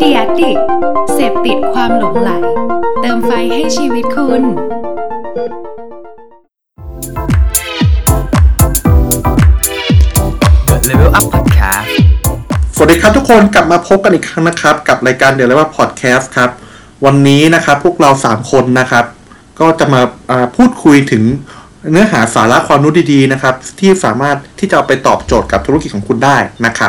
The Addict เสพติดความหลงใหลเติมไฟให้ชีวิตคุณ The Level Up Podcast สวัสดีครับทุกคนกลับมาพบกันอีกครั้งนะครับกับรายการ The Level Up Podcast ครับวันนี้นะครับพวกเรา3คนนะครับก็จะมาพูดคุยถึงเนื้อหาสาระความรู้ดีๆนะครับที่สามารถที่จะเอาไปตอบโจทย์กับธุรกิจของคุณได้นะครับ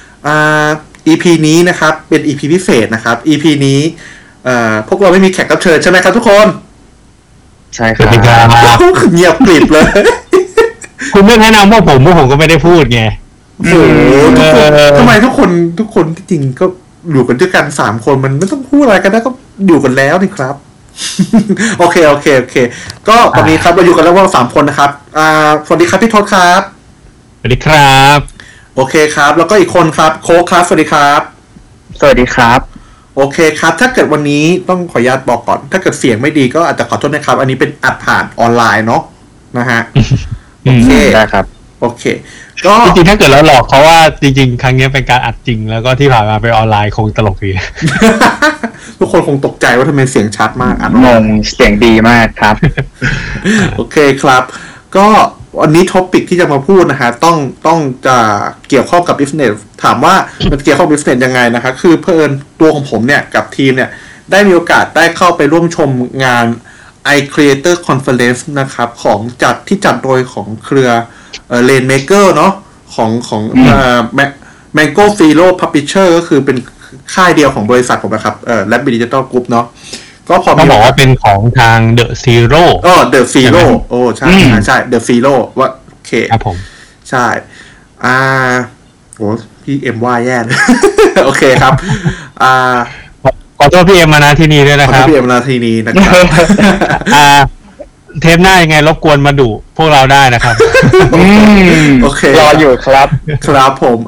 EP นี้นะครับเป็น EP พิเศษนะครับ EP นี้พวกเราไม่มีแขกรับเชิญใช่ไหมครับทุกคนใช่ครับเงียบกริบเลยคุณไม่แนะนำพวกผมก็ไม่ได้พูดไงโอ้โหทำไมทุกคนที่จริงก็อยู่กันด้วยกัน3คนมันไม่ต้องพูดอะไรกันได้ก็อยู่กันแล้วนี่ครับโอเคก็วันนี้ครับเราอยู่กันแล้วว่า3คนนะครับสวัสดีครับพี่ทศครับสวัสดีครับโอเคครับแล้วก็อีกคนครับโค้กครับสวัสดีครับสวัสดีครับโอเคครับถ้าเกิดวันนี้ต้องขออนุญาตบอกก่อนถ้าเกิดเสียงไม่ดีก็อาจจะขอโทษนะครับอันนี้เป็นอัดผ่านออนไลน์เนาะนะฮะโอเคได้ครับโอเคก็จริงๆถ้าเกิดเราหลอกเขาว่าจริงๆครั้งนี้เป็นการอัดจริงแล้วก็ที่ผ่านมาเป็นออนไลน์คงตลกดีทุกคนคงตกใจว่าทำไมเสียงชัดมากงงเสียงดีมากครับโอเคครับก็วันนี้ท็อปิกที่จะมาพูดนะฮะต้องจะเกี่ยวข้องกับ business ถามว่ามันเกี่ยวข้อง business ยังไงนะครับคือเพิ่นตัวของผมเนี่ยกับทีมเนี่ยได้มีโอกาสได้เข้าไปร่วมชมงาน iCreator Conference นะครับของที่จัดโดยของเครือRainmaker เนาะของMango Philo Publisher ก็คือเป็นค่ายเดียวของบริษัทผมนะครับRabbit Digital Group เนาะก็พอมีบอกว่าเป็นของทาง The Zero The Zero โอ้ใช่ The Zero ว่าโอเคครับผมใช่โหพี่เอ็มว่าแย่เลยโอเคครับขอโทษพี่เอ็มมานะที่นี่ด้วยนะครับขอโทษพี่เอ็มมานะที่นี่นะครับเทปหน้ายังไงรบกวนมาดุพวกเราได้นะครับโอเครออยู่ครับครับผม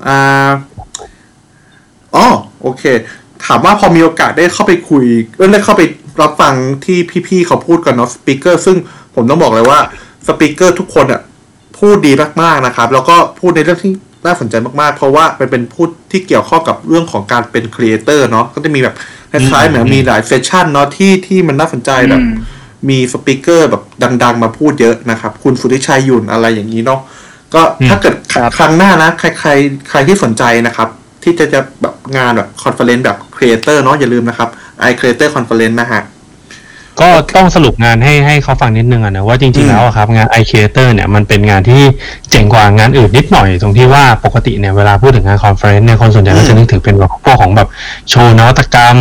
โอเคถามว่าพอมีโอกาสได้เข้าไปคุยได้เข้าไปรับฟังที่พี่ๆเขาพูดกันเนาะสปีกเกอร์ซึ่งผมต้องบอกเลยว่าสปีกเกอร์ทุกคนอ่ะพูดดีมากๆนะครับแล้วก็พูดในเรื่องที่น่าสนใจมากๆเพราะว่ามันเป็นพูดที่เกี่ยวข้องกับเรื่องของการเป็นครีเอเตอร์เนาะก็จะมีแบบคล้ายๆเหมือนมีหลายเซสชั่นเนาะที่มันน่าสนใจแบบมีสปีกเกอร์แบบดังๆมาพูดเยอะนะครับคุณสุทธิชัยยุ่นอะไรอย่างนี้เนาะก็ถ้าเกิดครั้งหน้านะใครที่สนใจนะครับที่จะแบบงานแบบคอนเฟอเรนซ์แบบครีเอเตอร์เนาะอย่าลืมนะครับ iCreator Conference นะฮะก็ต้องสรุปงานให้เขาฟังนิดนึงนะว่าจริงๆแล้วครับงาน iCreator เนี่ยมันเป็นงานที่เจ๋งกว่างานอื่นนิดหน่อยตรงที่ว่าปกติเนี่ยเวลาพูดถึงงานคอนเฟอเรนซ์เนี่ยคนส่วนใหญ่ก็จะนึกถึงเป็นแบบพวกของแบบโชว์นวัตกรรม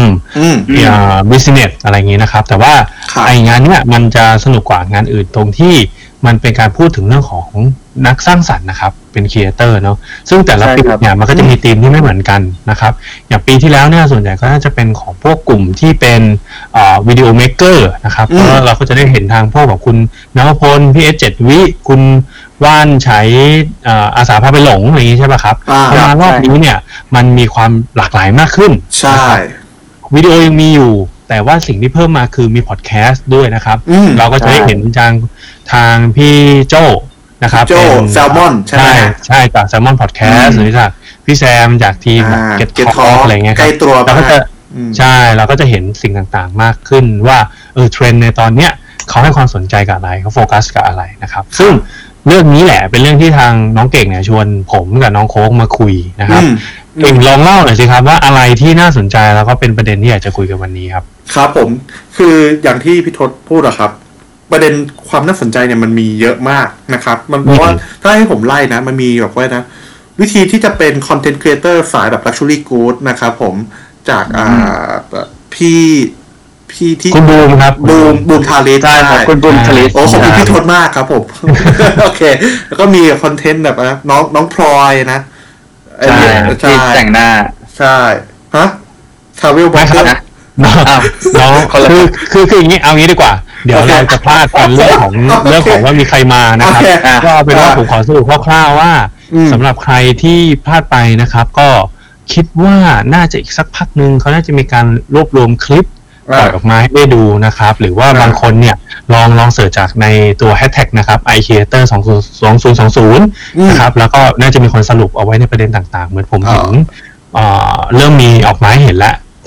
business อะไรอย่างนี้นะครับแต่ว่าไองานเนี้ยมันจะสนุกกว่างานอื่นตรงที่มันเป็นการพูดถึงเรื่องของนักสร้างสรรค์นะครับเป็นครีเอเตอร์เนาะซึ่งแต่ละปีเนี่ยมันก็จะมีธีมที่ไม่เหมือนกันนะครับอย่างปีที่แล้วเนี่ยส่วนใหญ่ก็น่าจะเป็นของพวกกลุ่มที่เป็นวิดีโอเมคเกอร์นะครับเพราะเราก็จะได้เห็นทางพวกแบบคุณนวพลพี่7วิคุณว่านใช้อาสาพาไปหลงอะไรอย่างนี้ใช่ป่ะครับพอมารอบนี้เนี่ยมันมีความหลากหลายมากขึ้นใช่วิดีโอยังมีอยู่แต่ว่าสิ่งที่เพิ่มมาคือมีพอดแคสต์ด้วยนะครับเราก็จะได้เห็นทางพี่โจ้นะครับเป็นแซลมอนใช่จากแซลมอนพอดแคสต์หรือจากพี่แซมจากทีมเก็ตทอล์กอะไรเงี้ยครับเราก็จะใช่เราก็จะเห็นสิ่งต่างๆมากขึ้นว่าเทรนด์ในตอนเนี้ยเขาให้ความสนใจกับอะไรเขาโฟกัสกับอะไรนะครับซึ่งเรื่องนี้แหละเป็นเรื่องที่ทางน้องเก่งเนี่ยชวนผมกับน้องโค้กมาคุยนะครับเก่งลองเล่าหน่อยสิครับว่าอะไรที่น่าสนใจแล้วก็เป็นประเด็นที่อยากจะคุยกันวันนี้ครับครับผมคืออย่างที่พี่ทศพูดอะครับประเด็นความน่าสนใจเนี่ยมันมีเยอะมากนะครับมันเพราะว่าถ้าให้ผมไล่นะมันมีแบบว่านะวิธีที่จะเป็นคอนเทนต์ครีเอเตอร์สายแบบ Luxury Good นะครับผมจากพี่ที่คุณบูมครับบูมทาริสใช่ครับคุณบูมทาริสโอ้ขอบคุณพี่ทศมากครับผมโอเคแล้วก็มีคอนเทนต์แบบน้องพลอยนะใช่ที่แต่งหน้าใช่ฮะทราเวลบล็อกเกอร์น้องคืออย่างนี้เอางี้ดีกว่าเดี๋ยวเราจะพลาดกันเรื่องของว่ามีใครมานะครับก็เป็นว่าผมขอสรุปคร่าวๆว่าสำหรับใครที่พลาดไปนะครับก็คิดว่าน่าจะอีกสักพักนึงเขาน่าจะมีการรวบรวมคลิปปล่อยออกมาให้ได้ดูนะครับหรือว่าบางคนเนี่ยลองเสิร์ชจากในตัวแฮชแท็กนะครับ iCreator 2020นะครับแล้วก็น่าจะมีคนสรุปเอาไว้ในประเด็นต่างๆเหมือนผมเห็นเริ่มมีออกมาให้เห็นแล้ว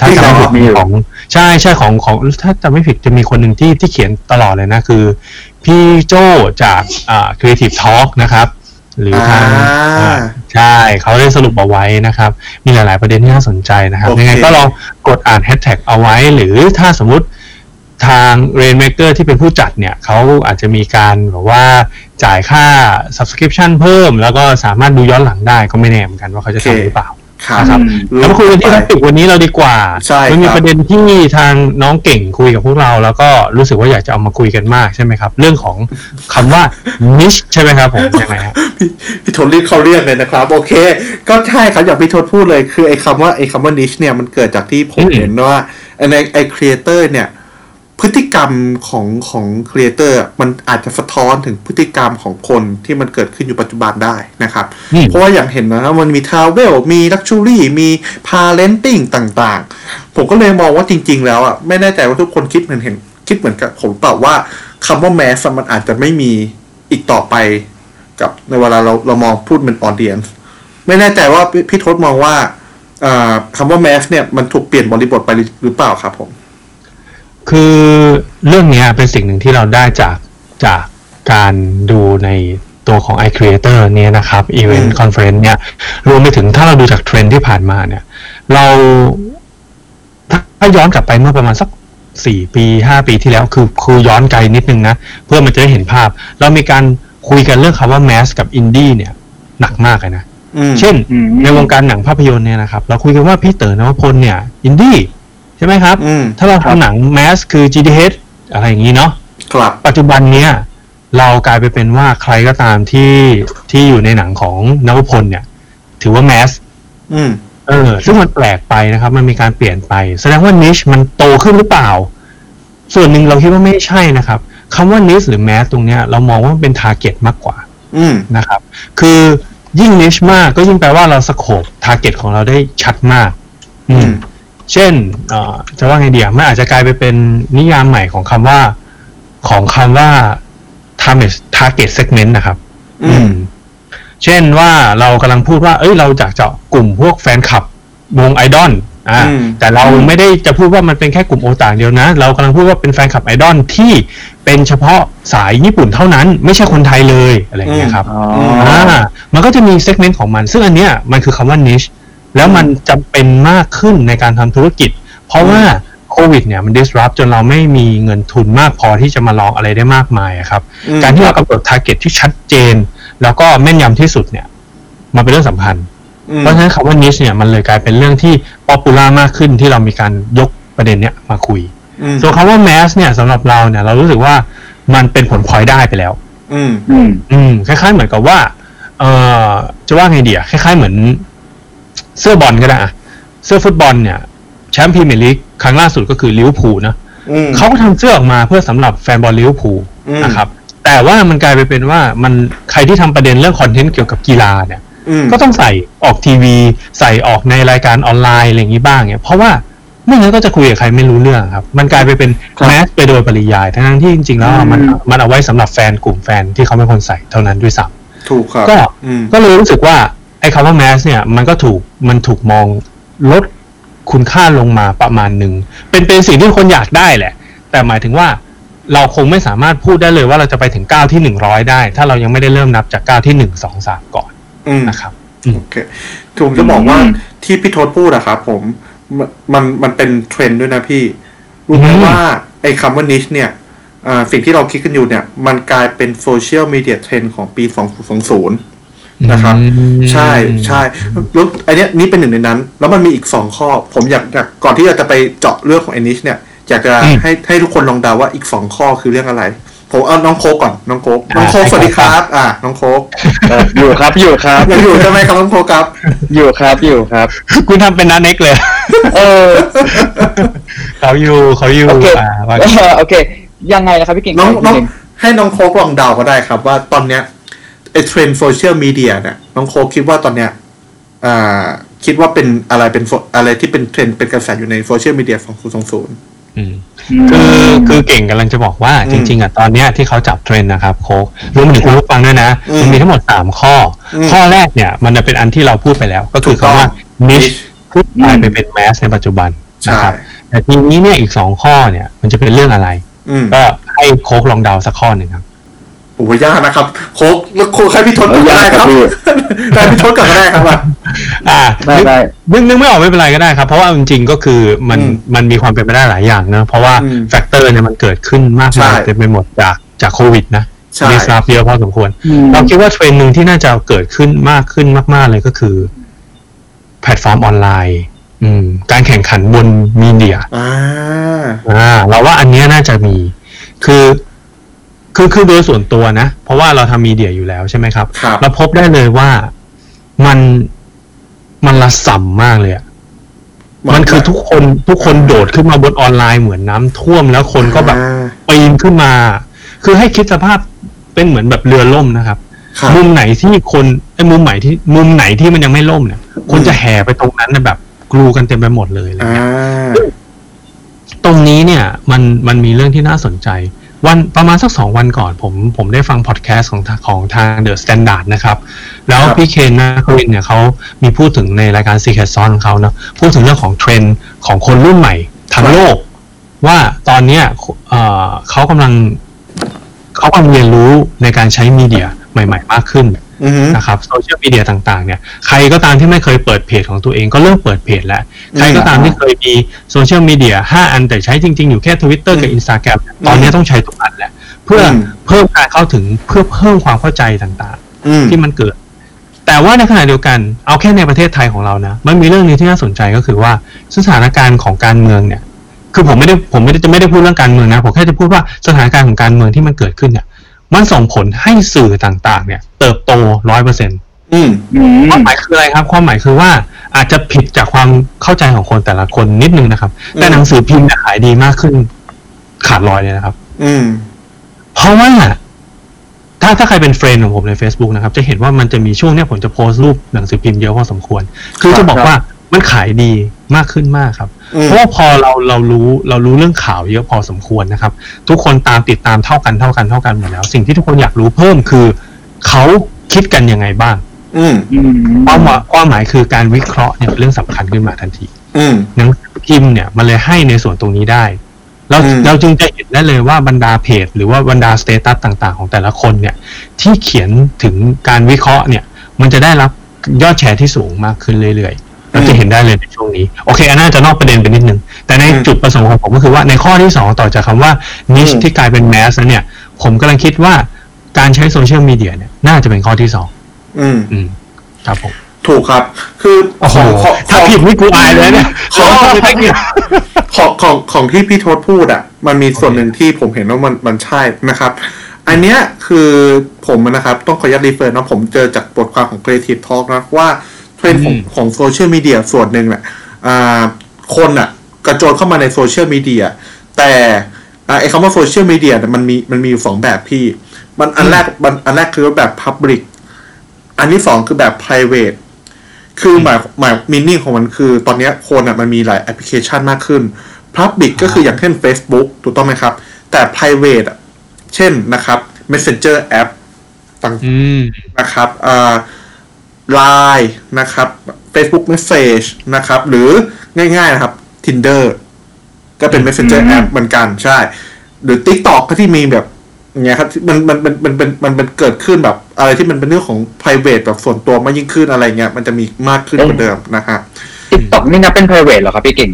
ถ้าจำไม่ผิดของใช่ของถ้าจำไม่ผิดจะมีคนหนึ่งที่เขียนตลอดเลยนะคือพี่โจจากCreative Talk นะครับหรือทางใช่เขาได้สรุปเอาไว้นะครับมีหลายๆประเด็นที่น่าสนใจนะครับยังไงก็ลองกดอ่านแฮชแท็กเอาไว้หรือถ้าสมมุติทาง Rainmaker ที่เป็นผู้จัดเนี่ยเขาอาจจะมีการแบบว่าจ่ายค่า subscription เพิ่มแล้วก็สามารถดูย้อนหลังได้ก็ไม่แน่เหมือนกันว่าเขาจะทำหรือเปล่าครับแล้วมาคุยกันที่ท็อปิกวันนี้เราดีกว่ามันมีประเด็นที่ทางน้องเก่งคุยกับพวกเราแล้วก็รู้สึกว่าอยากจะเอามาคุยกันมากใช่ไหมครับเรื่องของคำว่า niche ใช่ไหมครับผมยังไงครับพี่ทนรีบเขาเรียกเลยนะครับโอเคก็ใช่ครับอย่างพี่ทนพูดเลยคือไอ้คำว่า niche เนี่ยมันเกิดจากที่ผมเห็นว่าไอ้ creator เนี่ยพฤติกรรมของครีเอเตอร์มันอาจจะสะท้อนถึงพฤติกรรมของคนที่มันเกิดขึ้นอยู่ปัจจุบันได้นะครับเพราะว่าอย่างเห็นนะมันมีทราเวลมีลักชัวรี่มีพาเลนติ้งต่างๆผมก็เลยมองว่าจริงๆแล้วอ่ะไม่แน่ใจว่าทุกคนคิดเหมือนกับผมเปล่าว่าคำว่าแมสมันอาจจะไม่มีอีกต่อไปกับในเวลาเรามองพูดเป็นออเดียนซ์ไม่แน่ใจว่าพี่ทศมองว่าคำว่าแมสเนี่ยมันถูกเปลี่ยนบริบทไปหรือเปล่าครับผมคือเรื่องนี้เป็นสิ่งหนึ่งที่เราได้จากการดูในตัวของ iCreator เนี่ยนะครับ Event Conference เนี่ยรวมไปถึงถ้าเราดูจากเทรนด์ที่ผ่านมาเนี่ยเราถ้าย้อนกลับไปเมื่อประมาณสัก4 ปี 5 ปีที่แล้วคือย้อนไกลนิดนึงนะเพื่อมันจะได้เห็นภาพเรามีการคุยกันเรื่องคำว่า Mass กับ Indie เนี่ยหนักมากเลยนะเช่นในวงการหนังภาพยนตร์เนี่ยนะครับเราคุยกันว่าพี่เต๋อนวพลเนี่ย Indieใช่ไหมครับถ้าเราทำหนังแมสคือ GDH อะไรอย่างนี้เนาะปัจจุบันเนี้ยเรากลายไปเป็นว่าใครก็ตามที่อยู่ในหนังของนวพลเนี่ยถือว่าแมสซึ่งมันแปลกไปนะครับมันมีการเปลี่ยนไปแสดงว่า niche มันโตขึ้นหรือเปล่าส่วนหนึ่งเราคิดว่าไม่ใช่นะครับคำว่า niche หรือ mass ตรงเนี้ยเรามองว่ามันเป็น target มากกว่านะครับคือยิ่ง niche มากก็ยิ่งแปลว่าเราสโคป target ของเราได้ชัดมากเช่นจะว่าไงเดียวมันอาจจะกลายไปเป็นนิยามใหม่ของคำว่าtarget segment นะครับเช่นว่าเรากำลังพูดว่าเราจากเจาะกลุ่มพวกแฟนคลับวงไอดอลแต่เราไม่ได้จะพูดว่ามันเป็นแค่กลุ่มโอตาเดียวนะเรากำลังพูดว่าเป็นแฟนคลับไอดอลที่เป็นเฉพาะสายญี่ปุ่นเท่านั้นไม่ใช่คนไทยเลยอะไรอย่างเงี้ยครับมันก็จะมีเซกเมนต์ของมันซึ่งอันเนี้ยมันคือคำว่า nicheแล้วมันจำเป็นมากขึ้นในการทำธุรกิจเพราะว่าโควิดเนี่ยมัน disrupt จนเราไม่มีเงินทุนมากพอที่จะมาลองอะไรได้มากมายครับการที่เรากำหนด target ที่ชัดเจนแล้วก็แม่นยำที่สุดเนี่ยมันเป็นเรื่องสำคัญเพราะฉะนั้นคำว่า niche เนี่ยมันเลยกลายเป็นเรื่องที่ popular มากขึ้นที่เรามีการยกประเด็นเนี้ยมาคุยส่วนคำว่า mass เนี่ยสำหรับเราเนี่ยเรารู้สึกว่ามันเป็นผลพลอยได้ไปแล้วคล้ายๆเหมือนกับว่าจะว่าไงดีคล้ายๆเหมือนเสื้อบอลก็ได้เสื้อฟุตบอลเนี่ยแชมป์พรีเมียร์ลีกครั้งล่าสุดก็คือลิเวอร์พูลนะเขาก็ทำเสื้อออกมาเพื่อสำหรับแฟนบอลลิเวอร์พูลนะครับแต่ว่ามันกลายไปเป็นว่ามันใครที่ทำประเด็นเรื่องคอนเทนต์เกี่ยวกับกีฬาเนี่ยก็ต้องใส่ออกทีวีใส่ออกในรายการออนไลน์อะไรอย่างนี้บ้างเนี่ยเพราะว่าไม่งั้นก็จะคุยกับใครไม่รู้เรื่องครับมันกลายไปเป็นแมสไปโดยปริยายทั้งที่จริงๆแล้วมันเอาไว้สำหรับแฟนกลุ่มแฟนที่เขาเป็นคนใส่เท่านั้นด้วยซ้ำถูกครับก็เลยรู้สึกว่าไอ้คำว่าแมสเนี่ยมันถูกมองลดคุณค่าลงมาประมาณหนึ่งเป็นสิ่งที่คนอยากได้แหละแต่หมายถึงว่าเราคงไม่สามารถพูดได้เลยว่าเราจะไปถึงก้าวที่100ได้ถ้าเรายังไม่ได้เริ่มนับจากก้าวที่1 2 3ก่อนนะครับโอเคผมจะบอกว่าที่พี่ทศพูดอะครับผมมันเป็นเทรนด์ด้วยนะพี่รู้ไหมว่าไอ้คำว่า niche เนี่ยสิ่งที่เราคิดกันอยู่เนี่ยมันกลายเป็นโซเชียลมีเดียเทรนด์ของปี2020นะครับใช่แล้วอันนี้เป็นหนึ่งในนั้นแล้วมันมีอีก2ข้อผมอยากก่อนที่จะไปเจาะเรื่องของไอ้ niche เนี่ยอยากจะให้ทุกคนลองเดาว่าอีก2ข้อคือเรื่องอะไรผมเอาน้องโค้กก่อนน้องโค้กสวัสดีครับน้องโค้กอยู่ครับยังอยู่ใช่ไหมครับน้องโค้กครับอยู่ครับคุณทำเป็นนันเน็กเลยเขาอยู่โอเคยังไงนะครับพี่เก่งน้องให้น้องโค้กลองเดาก็ได้ครับว่าตอนเนี้ยไอ้เทรนด์โซเชียลมีเดียเนี่ยน้องโค้กคิดว่าตอนเนี้ยคิดว่าเป็นอะไรเป็นอะไรที่เป็นเทรนด์เป็นกระแสอยู่ในโซเชียลมีเดีย2020 คือเก่งกำลังจะบอกว่าจริงๆตอนนี้ที่เขาจับเทรนด์นะครับโค้กรวมถึงคุณผู้ฟังด้วยนะมันมีทั้งหมด3ข้อแรกเนี่ยมันจะเป็นอันที่เราพูดไปแล้วก็คือคำว่า niche ที่กลายไปเป็น mass ในปัจจุบันนะครับแต่ทีนี้เนี่ยอีก2ข้อเนี่ยมันจะเป็นเรื่องอะไรก็ให้โค้กลองเดาสักข้อหนึ่งครับโอ้ยากนะครับโค้กให้พี่ทศก็ได้ครับได้พี่ทศก็ได้ครับได้นึกไม่ออกไม่เป็นไรก็ได้ครับเพราะว่าจริงๆก็คือมันมีความเป็นไปได้หลายอย่างนะเพราะว่าแฟกเตอร์เนี่ยมันเกิดขึ้นมากมายเต็มไปหมดจากโควิดนะมีซาฟเยอะพอสมควรเราคิดว่าเทรนด์นึงที่น่าจะเกิดขึ้นมากๆเลยก็คือแพลตฟอร์มออนไลน์การแข่งขันบนมีเดียเราว่าอันนี้น่าจะมีคือโดยส่วนตัวนะเพราะว่าเราทำมีเดียอยู่แล้วใช่ไหมครับเราพบได้เลยว่ามันละส่ำมากเลยมันคือทุกคนโดดขึ้นมาบนออนไลน์เหมือนน้ำท่วมแล้วคนก็แบบปีนขึ้นมาคือให้คิดสภาพเป็นเหมือนแบบเรือล่มนะครับมุมไหนที่คนมุมไหนที่มันยังไม่ล่มเนี่ยคนจะแห่ไปตรงนั้นแบบกลูกันเต็มไปหมดเลยอะไรเงี้ยตรงนี้เนี่ยมันมีเรื่องที่น่าสนใจวันประมาณสัก2 วันก่อนผมได้ฟังพอดแคสต์ของทาง The Standard นะครับแล้วพี่เคนนะควินเนี่ยเขามีพูดถึงในรายการ Secret Sauce ของเขาเนาะพูดถึงเรื่องของเทรนด์ของคนรุ่นใหม่ทั้งโลกว่าตอนนี้เขากำลังเรียนรู้ในการใช้มีเดียใหม่ๆมากขึ้นนะครับโซเชียลมีเดียต่างๆเนี่ยใครก็ตามที่ไม่เคยเปิดเพจของตัวเองก็เริ่มเปิดเพจแล้วใครก็ตามที่เคยมีโซเชียลมีเดีย5 อันแต่ใช้จริงๆอยู่แค่ Twitter กับ Instagram ตอนนี้ต้องใช้ทุกอันแหละเพื่อเพิ่มการเข้าถึงเพื่อเพิ่มความเข้าใจต่างๆที่มันเกิดแต่ว่าในขณะเดียวกันเอาแค่ในประเทศไทยของเรานะมันมีเรื่องนี้ที่น่าสนใจก็คือว่าสถานการณ์ของการเมืองเนี่ยคือผมไม่ได้พูดเรื่องการเมืองนะผมแค่จะพูดว่าสถานการณ์ของการเมืองที่มันเกิดขึ้นเนี่ยมันส่งผลให้สื่อต่างๆเนี่ยเติบโต 100%ความหมายคืออะไรครับความหมายคือว่าอาจจะผิดจากความเข้าใจของคนแต่ละคนนิดนึงนะครับแต่หนังสือพิมพ์ขายดีมากขึ้นขาดลอยเลยนะครับเพราะว่าถ้าใครเป็นเฟรนด์ของผมใน Facebook นะครับจะเห็นว่ามันจะมีช่วงนี้ผมจะโพสต์รูปหนังสือพิมพ์เยอะพอสมควรคือจะบอกว่ามันขายดีมากขึ้นมากครับเพราะว่าพอเรารู้เรื่องข่าวเยอะพอสมควรนะครับทุกคนติดตามเท่ากันหมดแล้วสิ่งที่ทุกคนอยากรู้เพิ่มคือเขาคิดกันยังไงบ้างความหมายคือการวิเคราะห์เนี่ยเป็นเรื่องสำคัญขึ้นมาทันทีหนังสือพิมพ์เนี่ยมันเลยให้ในส่วนตรงนี้ได้เราจึงจะเห็นได้เลยว่าบรรดาเพจหรือว่าบรรดาสเตตัสต่างๆของแต่ละคนเนี่ยที่เขียนถึงการวิเคราะห์เนี่ยมันจะได้รับยอดแชร์ที่สูงมากขึ้นเรื่อยๆเราจะเห็นได้เลยในช่วงนี้โอเคอันน่าจะนอกประเด็นไปนิดนึงแต่ในจุดประสงค์ของผมก็คือว่าในข้อที่2ต่อจากคำว่า niche ที่กลายเป็นแมสแล้วเนี่ยผมกำลังคิดว่าการใช้โซเชียลมีเดียเนี่ยน่าจะเป็นข้อที่2ครับผมถูกครับคือถ้าผิดไม่กูอายเลยเนี่ยของที่พี่ทศพูดอ่ะมันมีส่วนหนึ่งที่ผมเห็นว่ามันใช่นะครับอันเนี้ยคือผมนะครับต้องขออนุญาตรีเฟอร์นะผมเจอจากบทความของ Creative Talk นะว่าเทรนด์ของโซเชียลมีเดียส่วนหนึ่งแหละคนอ่ะกระโจนเข้ามาในโซเชียลมีเดียแต่ไอ้คำว่าโซเชียลมีเดียมันมีอยู่2แบบพี่มันอันแรกคือแบบ Public อันที่2คือแบบ Private คือหมายmeaning ของมันคือตอนนี้คนอ่ะมันมีหลายแอปพลิเคชันมากขึ้น Public ก็คืออย่างเช่น Facebook ถูกต้องไหมครับแต่ Private เช่นนะครับ Messenger App ต่างนะครับLine นะครับ Facebook Message นะครับหรือง่ายๆนะครับ Tinder ก็เป็น Messenger App เหมือนกันใช่หรือ TikTok ก็ที่มีแบบอย่างเงี้ยครับมันเกิดขึ้นแบบอะไรที่มันเป็นเรื่องของ private แบบส่วนตัวมากยิ่งขึ้นอะไรเงี้ยมันจะมีมากขึ้นกว่าเดิมนะฮะ TikTok นี่นับเป็น private เหรอครับพี่เก่ง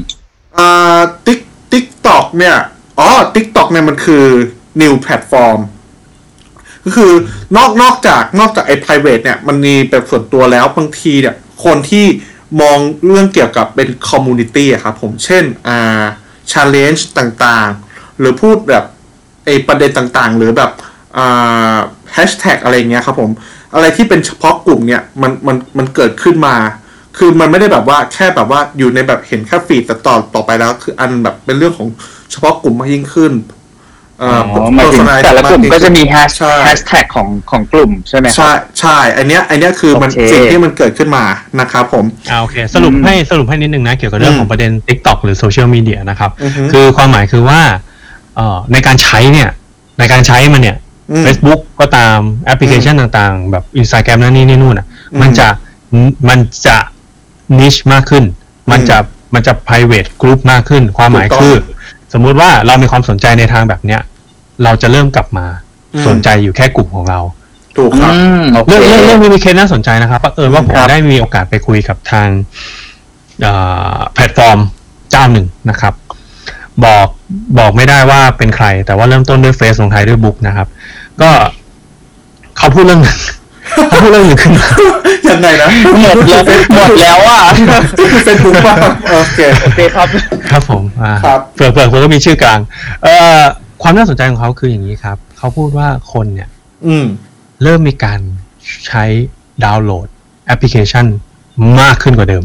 TikTok เนี่ยTikTok เนี่ยมันคือ new platform ก็คือนอกจากไอ้ private เนี่ยมันมีแบบส่วนตัวแล้วบางทีเนี่ยคนที่มองเรื่องเกี่ยวกับเป็น community อะครับผมเช่นchallenge ต่างๆหรือพูดแบบไอ้ประเด็นต่างๆหรือแบบแฮชแท็กอะไรเงี้ยครับผมอะไรที่เป็นเฉพาะกลุ่มเนี่ยมันเกิดขึ้นมาคือมันไม่ได้แบบว่าแค่แบบว่าอยู่ในแบบเห็นแค่ฟีดแต่ต่อไปแล้วคืออันแบบเป็นเรื่องของเฉพาะกลุ่มมากยิ่งขึ้นหมายถึงแต่ละกลุ่มก็จะมีแฮชแท็กของกลุ่มใช่ไหมครับใช่อันเนี้ยคือมันสิ่งที่มันเกิดขึ้นมานะครับผมโอเคสรุปให้นิดนึงนะเกี่ยวกับเรื่องของประเด็น TikTok หรือโซเชียลมีเดียนะครับคือความหมายคือว่าในการใช้มันเนี่ย Facebook ก็ตามแอปพลิเคชันต่างๆแบบ Instagram นั่นนี่นู่นมันจะ niche มากขึ้นมันจะมันจะ private group มากขึ้นความหมายคือสมมุติว่าเรามีความสนใจในทางแบบเนี้ยเราจะเริ่มกลับมาสนใจอยู่แค่กลุ่มของเราถูกครับเรื่องมีเคสน่าสนใจนะครับว่าผมได้มีโอกาสไปคุยกับทางแพลตฟอร์มเจ้าหนึ่งนะครับบอกไม่ได้ว่าเป็นใครแต่ว่าเริ่มต้นด้วยเฟซลงท้ายด้วยบุ๊กนะครับก็เขาพูดเรื่องขึ้นยังไงนะหมดแล้วอ่ะเป็นบุ๊กป่ะโอเคครับผมเผื่อก็มีชื่อกลางความน่าสนใจของเขาคืออย่างนี้ครับเขาพูดว่าคนเนี่ยเริ่มมีการใช้ดาวน์โหลดแอปพลิเคชันมากขึ้นกว่าเดิม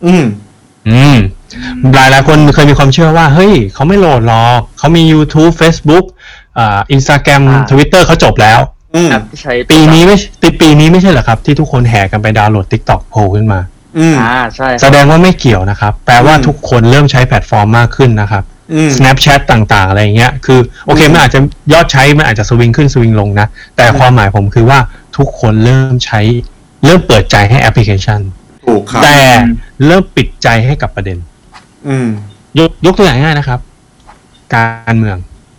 หลายคนเคยมีความเชื่อว่าเฮ้ยเขาไม่โหลดหรอกเขามี YouTube Facebook Instagram Twitter เขาจบแล้วปีนี้ไม่ใช่เหรอครับที่ทุกคนแห่กันไปดาวน์โหลด TikTok โผล่ขึ้นมาใช่แสดงว่าไม่เกี่ยวนะครับแปลว่าทุกคนเริ่มใช้แพลตฟอร์มมากขึ้นนะครับSnapchat ต่างๆอะไรอย่างเงี้ยคือโอเคมันอาจจะยอดใช้มันอาจจะสวิงขึ้นสวิงลงนะแต่ความหมายผมคือว่าทุกคนเริ่มเปิดใจให้แอปพลิเคชันแต่เริ่มปิดใจให้กับประเด็นยกตัวอย่างง่ายนะครับการเมือง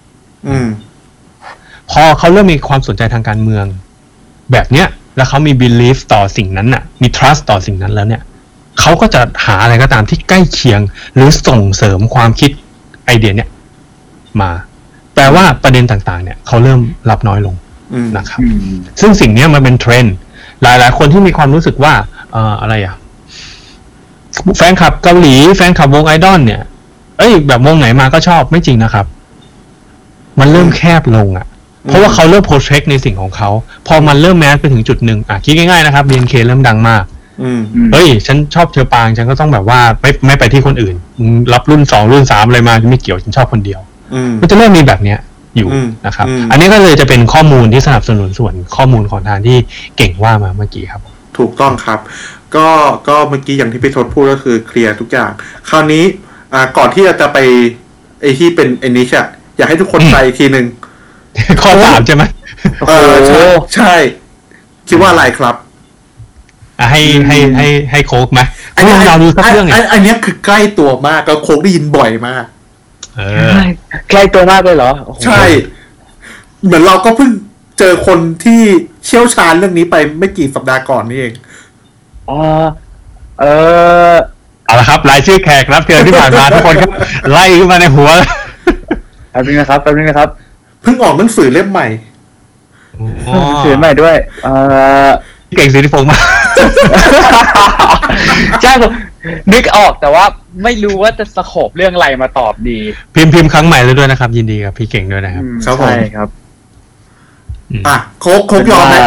พอเขาเริ่มมีความสนใจทางการเมืองแบบเนี้ยแล้วเขามี belief ต่อสิ่งนั้นน่ะมี trust ต่อสิ่งนั้นแล้วเนี่ยเขาก็จะหาอะไรก็ตามที่ใกล้เคียงหรือส่งเสริมความคิดไอเดียเนี่ยมาแปลว่าประเด็นต่างๆเนี่ยเขาเริ่มรับน้อยลงนะครับซึ่งสิ่งนี้มันเป็นเทรนด์หลายๆคนที่มีความรู้สึกว่าอะไรแฟนคลับเกาหลีแฟนคลับวงไอดอลเนี่ยแบบวงไหนมาก็ชอบไม่จริงนะครับมันเริ่มแคบลงเพราะว่าเขาเริ่มโปรเทคในสิ่งของเขาพอมันเริ่มแมสไปถึงจุดหนึ่งคิดง่ายๆนะครับ BNK เริ่มดังมากฉันชอบเชอปางฉันก็ต้องแบบว่าไม่ไปที่คนอื่นรับรุ่น2รุ่น3อะไรมาไม่เกี่ยวฉันชอบคนเดียวมันจะเริ่มมีแบบเนี้ยอยู่นะครับอันนี้ก็เลยจะเป็นข้อมูลที่สนับสนุนส่วนข้อมูลของทางที่เก่งว่ามาเมื่อกี้ครับถูกต้องครับก็เมื่อกี้อย่างที่พี่ทศพูดก็คือเคลียร์ทุกอย่างคราวนี้ก่อนที่จะไปไอ้ที่เป็นไอ้นี้อยากให้ทุกคนใจอีกทีนึงข้อ3ใช่ไหมใช่คิดว่าอะไรครับให้โค้กไหมเราดูสักเรื่องอันนี้คือใกล้ตัวมากแล้วโค้กได้ยินบ่อยมากใกล้ตัวมากเลยเหรอใช่เหมือนเราก็เพิ่งเจอคนที่เชี่ยวชาญเรื่องนี้ไปไม่กี่สัปดาห์ก่อนนี่เองเอาละครับรายชื่อแขกรับเชิญที่ผ่านมาทุกคนครับไล่ขึ้นมาในหัวแป๊บนึงนะครับเพิ่งออกหนังสือเล่มใหม่หนังสือใหม่ด้วยเก่งสิทธิพงษ์มากใช่ผมนึกออกแต่ว่าไม่รู้ว่าจะสโคปเรื่องอะไรมาตอบดีพิมพ์ครั้งใหม่เลยด้วยนะครับยินดีกับพี่เก่งด้วยนะครับใช่ครับโค้กยอมไหม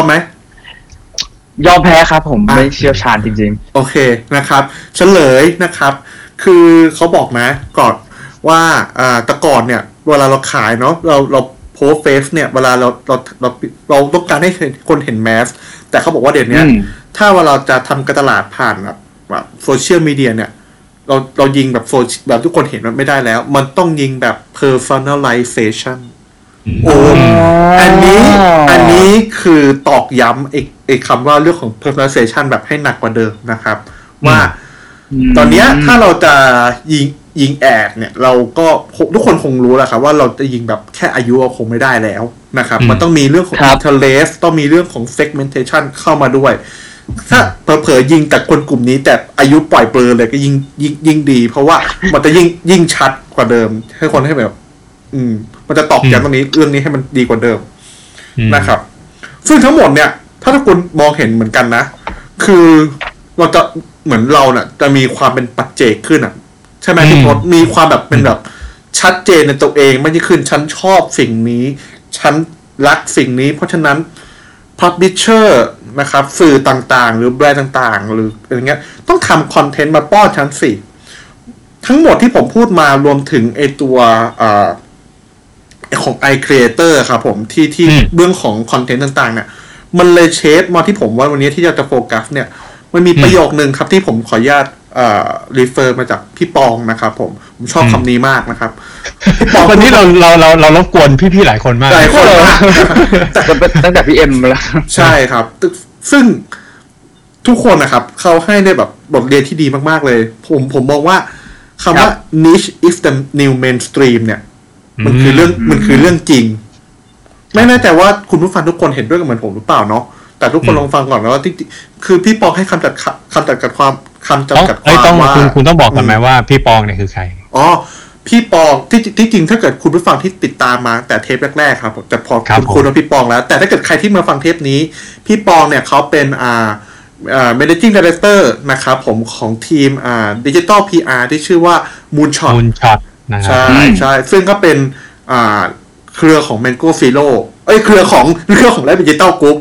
ยอมแพ้ครับผมไม่เชี่ยวชาญจริงๆโอเคนะครับเฉลยนะครับคือเขาบอกนะก่อนว่าแต่ก่อนเนี่ยเวลาเราขายเนาะเราโพสเฟซเนี่ยเวลาเราต้องการให้คนเห็นแมสแต่เขาบอกว่าเดี๋ยวนี้ถ้าว่าเราจะทำการตลาดผ่านแบบโซเชียลมีเดียเนี่ยเรายิงแบบทุกคนเห็นมันไม่ได้แล้วมันต้องยิงแบบ personalization อันนี้คือตอกย้ำไอ้คำว่าเรื่องของ personalization แบบให้หนักกว่าเดิมนะครับว่าตอนนี้ถ้าเราจะยิงแอดเนี่ยเราก็ทุกคนคงรู้แล้วครับว่าเราจะยิงแบบแค่อายุคงไม่ได้แล้วนะครับมันต้องมีเรื่องของ interest ต้องมีเรื่องของ segmentation เข้ามาด้วยถ้าเผลอๆยิงแต่คนกลุ่มนี้แต่อายุปล่อยเปลือยเลยก็ยิ่งดีเพราะว่ามันจะยิ่งชัดกว่าเดิมให้คนให้แบบมันจะตอกย้ำตรงนี้เรื่องนี้ให้มันดีกว่าเดิมนะครับซึ่งทั้งหมดเนี่ยถ้าทุกคนมองเห็นเหมือนกันนะคือเราจะเหมือนเราเนี่ยจะมีความเป็นปัจเจกขึ้นใช่ไหมที่พอมีความแบบเป็นแบบชัดเจนในตัวเองไม่ใช่ขึ้นฉันชอบสิ่งนี้ฉันรักสิ่งนี้เพราะฉะนั้น publisher นะครับสื่อต่างๆหรือแบรนด์ต่างๆหรืออะไรเงี้ยต้องทำคอนเทนต์มาป้อนฉันสิทั้งหมดที่ผมพูดมารวมถึงไอตัวของ iCreator ครับผมที่เรื่องของคอนเทนต์ต่างๆเนี่ยมันเลยเชฟมาที่ผมว่าวันนี้ที่จะโฟกัสเนี่ยมันมีประโยคนึงครับที่ผมขออนุญาตrefer มาจากพี่ปองนะครับผมชอบคำนี้มากนะครับพี่ปองวันนี้เรารบกวนพี่ๆหลายคนมากหลายคนมากตั้งแต่พี่เอ็มแล้วใช่ครับซึ่งทุกคนนะครับเขาให้ได้แบบบทเรียนที่ดีมากๆเลยผมมองว่าคำว่า niche is the new mainstream เนี่ยมันคือเรื่องจริงไม่แน่ใจว่าคุณผู้ฟังทุกคนเห็นด้วยกับเหมือนผมหรือเปล่าเนาะแต่ทุกคนลองฟังก่อนนะว่าคือพี่ปองให้คำจำกัดความว่าคุณต้องบอกกันไหมว่าพี่ปองเนี่ยคือใครอ๋อพี่ปองที่จริงถ้าเกิดคุณผู้ฟังที่ติดตามมาแต่เทปแรกๆครับจะพอคุณว่าพี่ปองแล้วแต่ถ้าเกิดใครที่มาฟังเทปนี้พี่ปองเนี่ยเขาเป็นmanaging director นะครับผมของทีมdigital PR ที่ชื่อว่า Moonshot นะครับใช่ซึ่งก็เป็นเครือของ Mango Zero เครือของLab Digital Group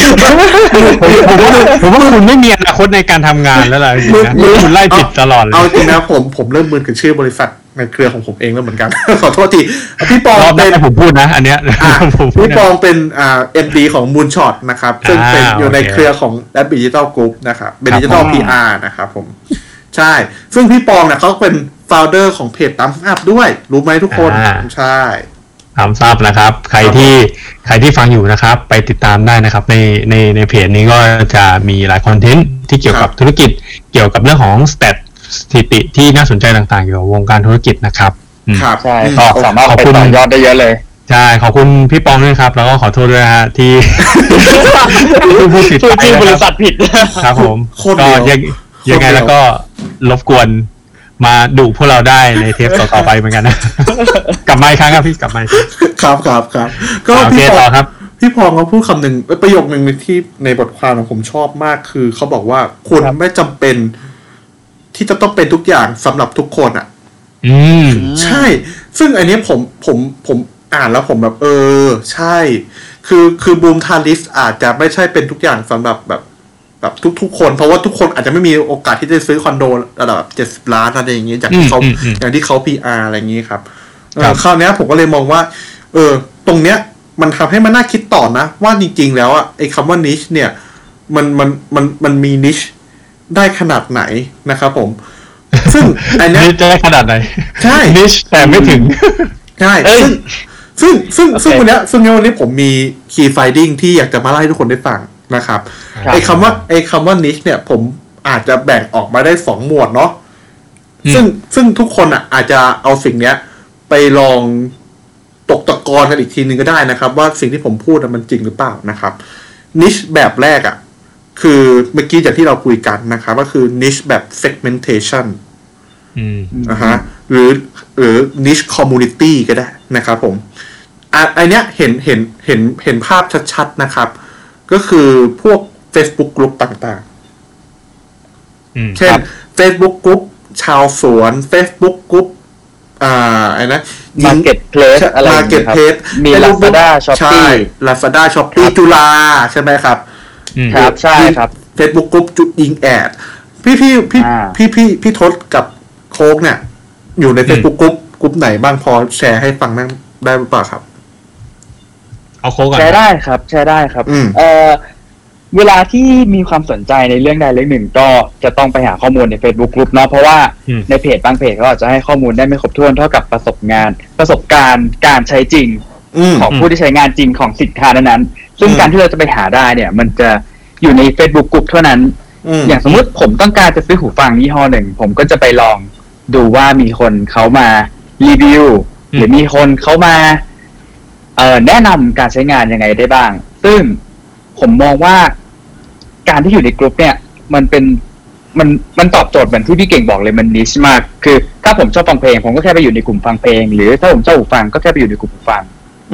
ผมว่าคุณไม่มีอนาคตในการทำงานแล้วล่ะคุณไล่ผิดตลอดเลยเอาจริงนะผมเริ่มมึนกับชื่อบริษัทในเครือของผมเองแล้วเหมือนกันขอโทษทีพี่ปองเป็นผมพูดนะอันเนี้ยพี่ปองเป็นMD ของ Moonshot นะครับซึ่งเป็นอยู่ในเครือของ Lab Digital Group นะครับเป็น Digital PR นะครับผมใช่ซึ่งพี่ปองเนี่ยเขาเป็น founder ของเพจตามอัพด้วยรู้ไหมทุกคนใช่ตามทราบนะครับใครที่ฟังอยู่นะครับไปติดตามได้นะครับในเพจนี้ก็จะมีหลายคอนเทนต์ที่เกี่ยวกับธุรกิจเกี่ยวกับเรื่องของสถิติที่น่าสนใจต่างๆเกี่ยวกับวงการธุรกิจนะครับครับใช่ก็สามารถไปต่อยอดได้เยอะเลยใช่ขอบคุณพี่ปองด้วยครับแล้วก็ขอโทษด้วยฮะที่ผู้ผิดชื่อบริษัทผิดครับผมก็ยังไงแล้วก็รบกวนมาดุพวกเราได้ในเทปต่อๆไปเหมือนกันนะกลับมาอีกครั้งครับพี่กลับมาครับก็พี่ปองครับพี่พองเขาพูดคำหนึ่งประโยคนึงที่ในบทความของผมชอบมากคือเขาบอกว่าคุณไม่จำเป็นที่จะต้องเป็นทุกอย่างสำหรับทุกคนอ่ะใช่ซึ่งอันนี้ผมอ่านแล้วผมแบบใช่คือบูมทาริสอาจจะไม่ใช่เป็นทุกอย่างสำหรับแบบทุกคนเพราะว่าทุกคนอาจจะไม่มีโอกาสที่จะซื้อคอนโดระดับ70 ล้านอะไรอย่างเงี้ยอย่างที่เขา PR อะไรอย่างงี้ครับคราวนี้ผมก็เลยมองว่าตรงเนี้ยมันทำให้มันน่าคิดต่อนะว่าจริงๆแล้วอ่ะไอ้คำว่า niche เนี่ยมันมี niche ได้ขนาดไหนนะครับผมซึ่งอันเนี้ยได้ขนาดไหนใช่ niche แต่ไม่ถึงใช่ซึ่งวันนี้ผมมี key finding ที่อยากจะมาเล่าให้ทุกคนได้ฟังนะครับไอ้คำว่า niche เนี่ยผมอาจจะแบ่งออกมาได้2หมวดเนาะซึ่งทุกคนอ่ะอาจจะเอาสิ่งเนี้ยไปลองตกตะกอนกันอีกทีนึงก็ได้นะครับว่าสิ่งที่ผมพูดมันจริงหรือเปล่านะครับ niche แบบแรกอ่ะคือเมื่อกี้จากที่เราคุยกันนะครับก็คือ niche แบบ segmentation หรือ niche community ก็ได้นะครับผมอันเนี้ยเห็นภาพชัดๆนะครับก็คือพวก Facebook Group ต่างๆเช่น Facebook Group ชาวสวน Facebook Group ไอ้นะ Marketplace อะไรอย่างเงี้ยครับมี Lazada Shopee Lazada Shopee จุฬาใช่ไหมครับครับใช่ครับ Facebook Group จุดยิงแอดพี่ทศกับโค้กเนี่ยอยู่ใน Facebook Group ไหนบ้างพอแชร์ให้ฟังได้หรือเปล่าครับเอาโค้กก่อนแชร์ได้ครับเวลาที่มีความสนใจในเรื่องใดเรื่องหนึ่งก็จะต้องไปหาข้อมูลใน Facebook Group เนาะเพราะว่าในเพจบางเพจเขาอาจจะให้ข้อมูลได้ไม่ครบถ้วนเท่ากับประสบการณ์การใช้จริงของผู้ที่ใช้งานจริงของสินค้านั้นๆซึ่งการที่เราจะไปหาได้เนี่ยมันจะอยู่ใน Facebook Group เท่านั้นอย่างสมมุติผมต้องการจะซื้อหูฟังยี่ห้อหนึ่งผมก็จะไปลองดูว่ามีคนเขามารีวิวหรือมีคนเขามาแนะนำการใช้งานยังไงได้บ้างซึ่งผมมองว่าการที่อยู่ในกลุ่มเนี่ยมันตอบโจทย์เหมือนที่พี่เก่งบอกเลยมันนิชมากคือถ้าผมชอบฟังเพลงผมก็แค่ไปอยู่ในกลุ่มฟังเพลงหรือถ้าผมชอบหูฟังก็แค่ไปอยู่ในกลุ่มหูฟัง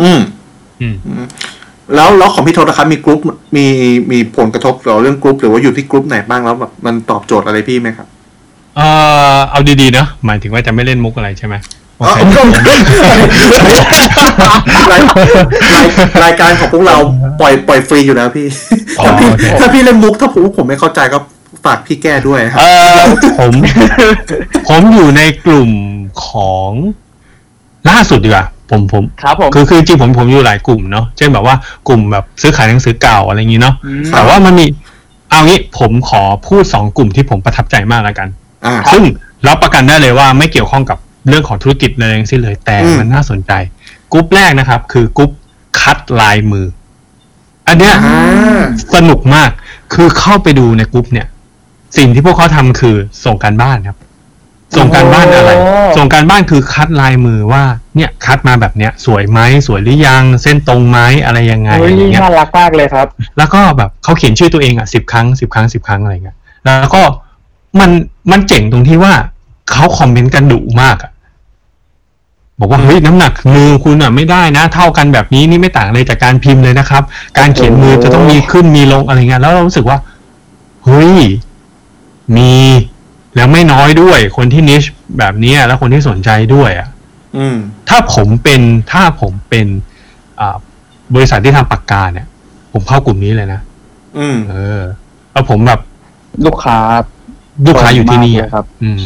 แล้วของพี่โทษนะครับมีกลุ่มมีผลกระทบต่อเรื่องกลุ่มหรือว่าอยู่ที่กลุ่มไหนบ้างแล้วแบบมันตอบโจทย์อะไรพี่ไหมครับเอาดีๆเนาะหมายถึงว่าจะไม่เล่นมุกอะไรใช่ไหมรายการของพวกเราปล่อยฟรีอยู่แล้วพี่ถ้าพี่เล่นมุกถ้าผมไม่เข้าใจก็ฝากพี่แก้ด้วยครับผมอยู่ในกลุ่มของล่าสุดดีกว่าผมครับผมคือจริงผมอยู่หลายกลุ่มเนาะเช่นแบบว่ากลุ่มแบบซื้อขายหนังสือเก่าอะไรอย่างงี้เนาะแต่ว่ามันมีเอางี้ผมขอพูด2กลุ่มที่ผมประทับใจมากแล้วกันซึ่งรับประกันได้เลยว่าไม่เกี่ยวข้องกับเรื่องของธุรกิจเลยทั้งสิ้นเลยแต่มันน่าสนใจกลุ่มแรกนะครับคือกลุ่มคัดลายมืออันเนี้ยสนุกมากคือเข้าไปดูในกลุ่มเนี่ยสิ่งที่พวกเขาทำคือส่งการบ้านครับส่งการบ้านอะไรส่งการบ้านคือคัดลายมือว่าเนี่ยคัดมาแบบเนี้ยสวยไหมสวยหรือยังเส้นตรงไหมอะไรยังไงอย่างเงี้ยน่ารักมากเลยครับแล้วก็แบบเขาเขียนชื่อตัวเองอ่ะ10 ครั้งอะไรเงี้ยแล้วก็มันเจ๋งตรงที่ว่าเขาคอมเมนต์กันดุมากอ่ะบอกว่าเฮ้ยน้ำหนักมือคุณอ่ะไม่ได้นะเท่ากันแบบนี้นี่ไม่ต่างเลยจากการพิมพ์เลยนะครับการเขียนมือจะต้องมีขึ้นมีลงอะไรเงี้ยแล้วเรารู้สึกว่าเฮ้ยมีแล้วไม่น้อยด้วยคนที่นิชแบบนี้แล้วคนที่สนใจด้วยอ่ะถ้าผมเป็นบริษัทที่ทำปากกาเนี่ยผมเข้ากลุ่มนี้เลยนะแล้วผมแบบลูกค้าอยู่ที่นี่ครับ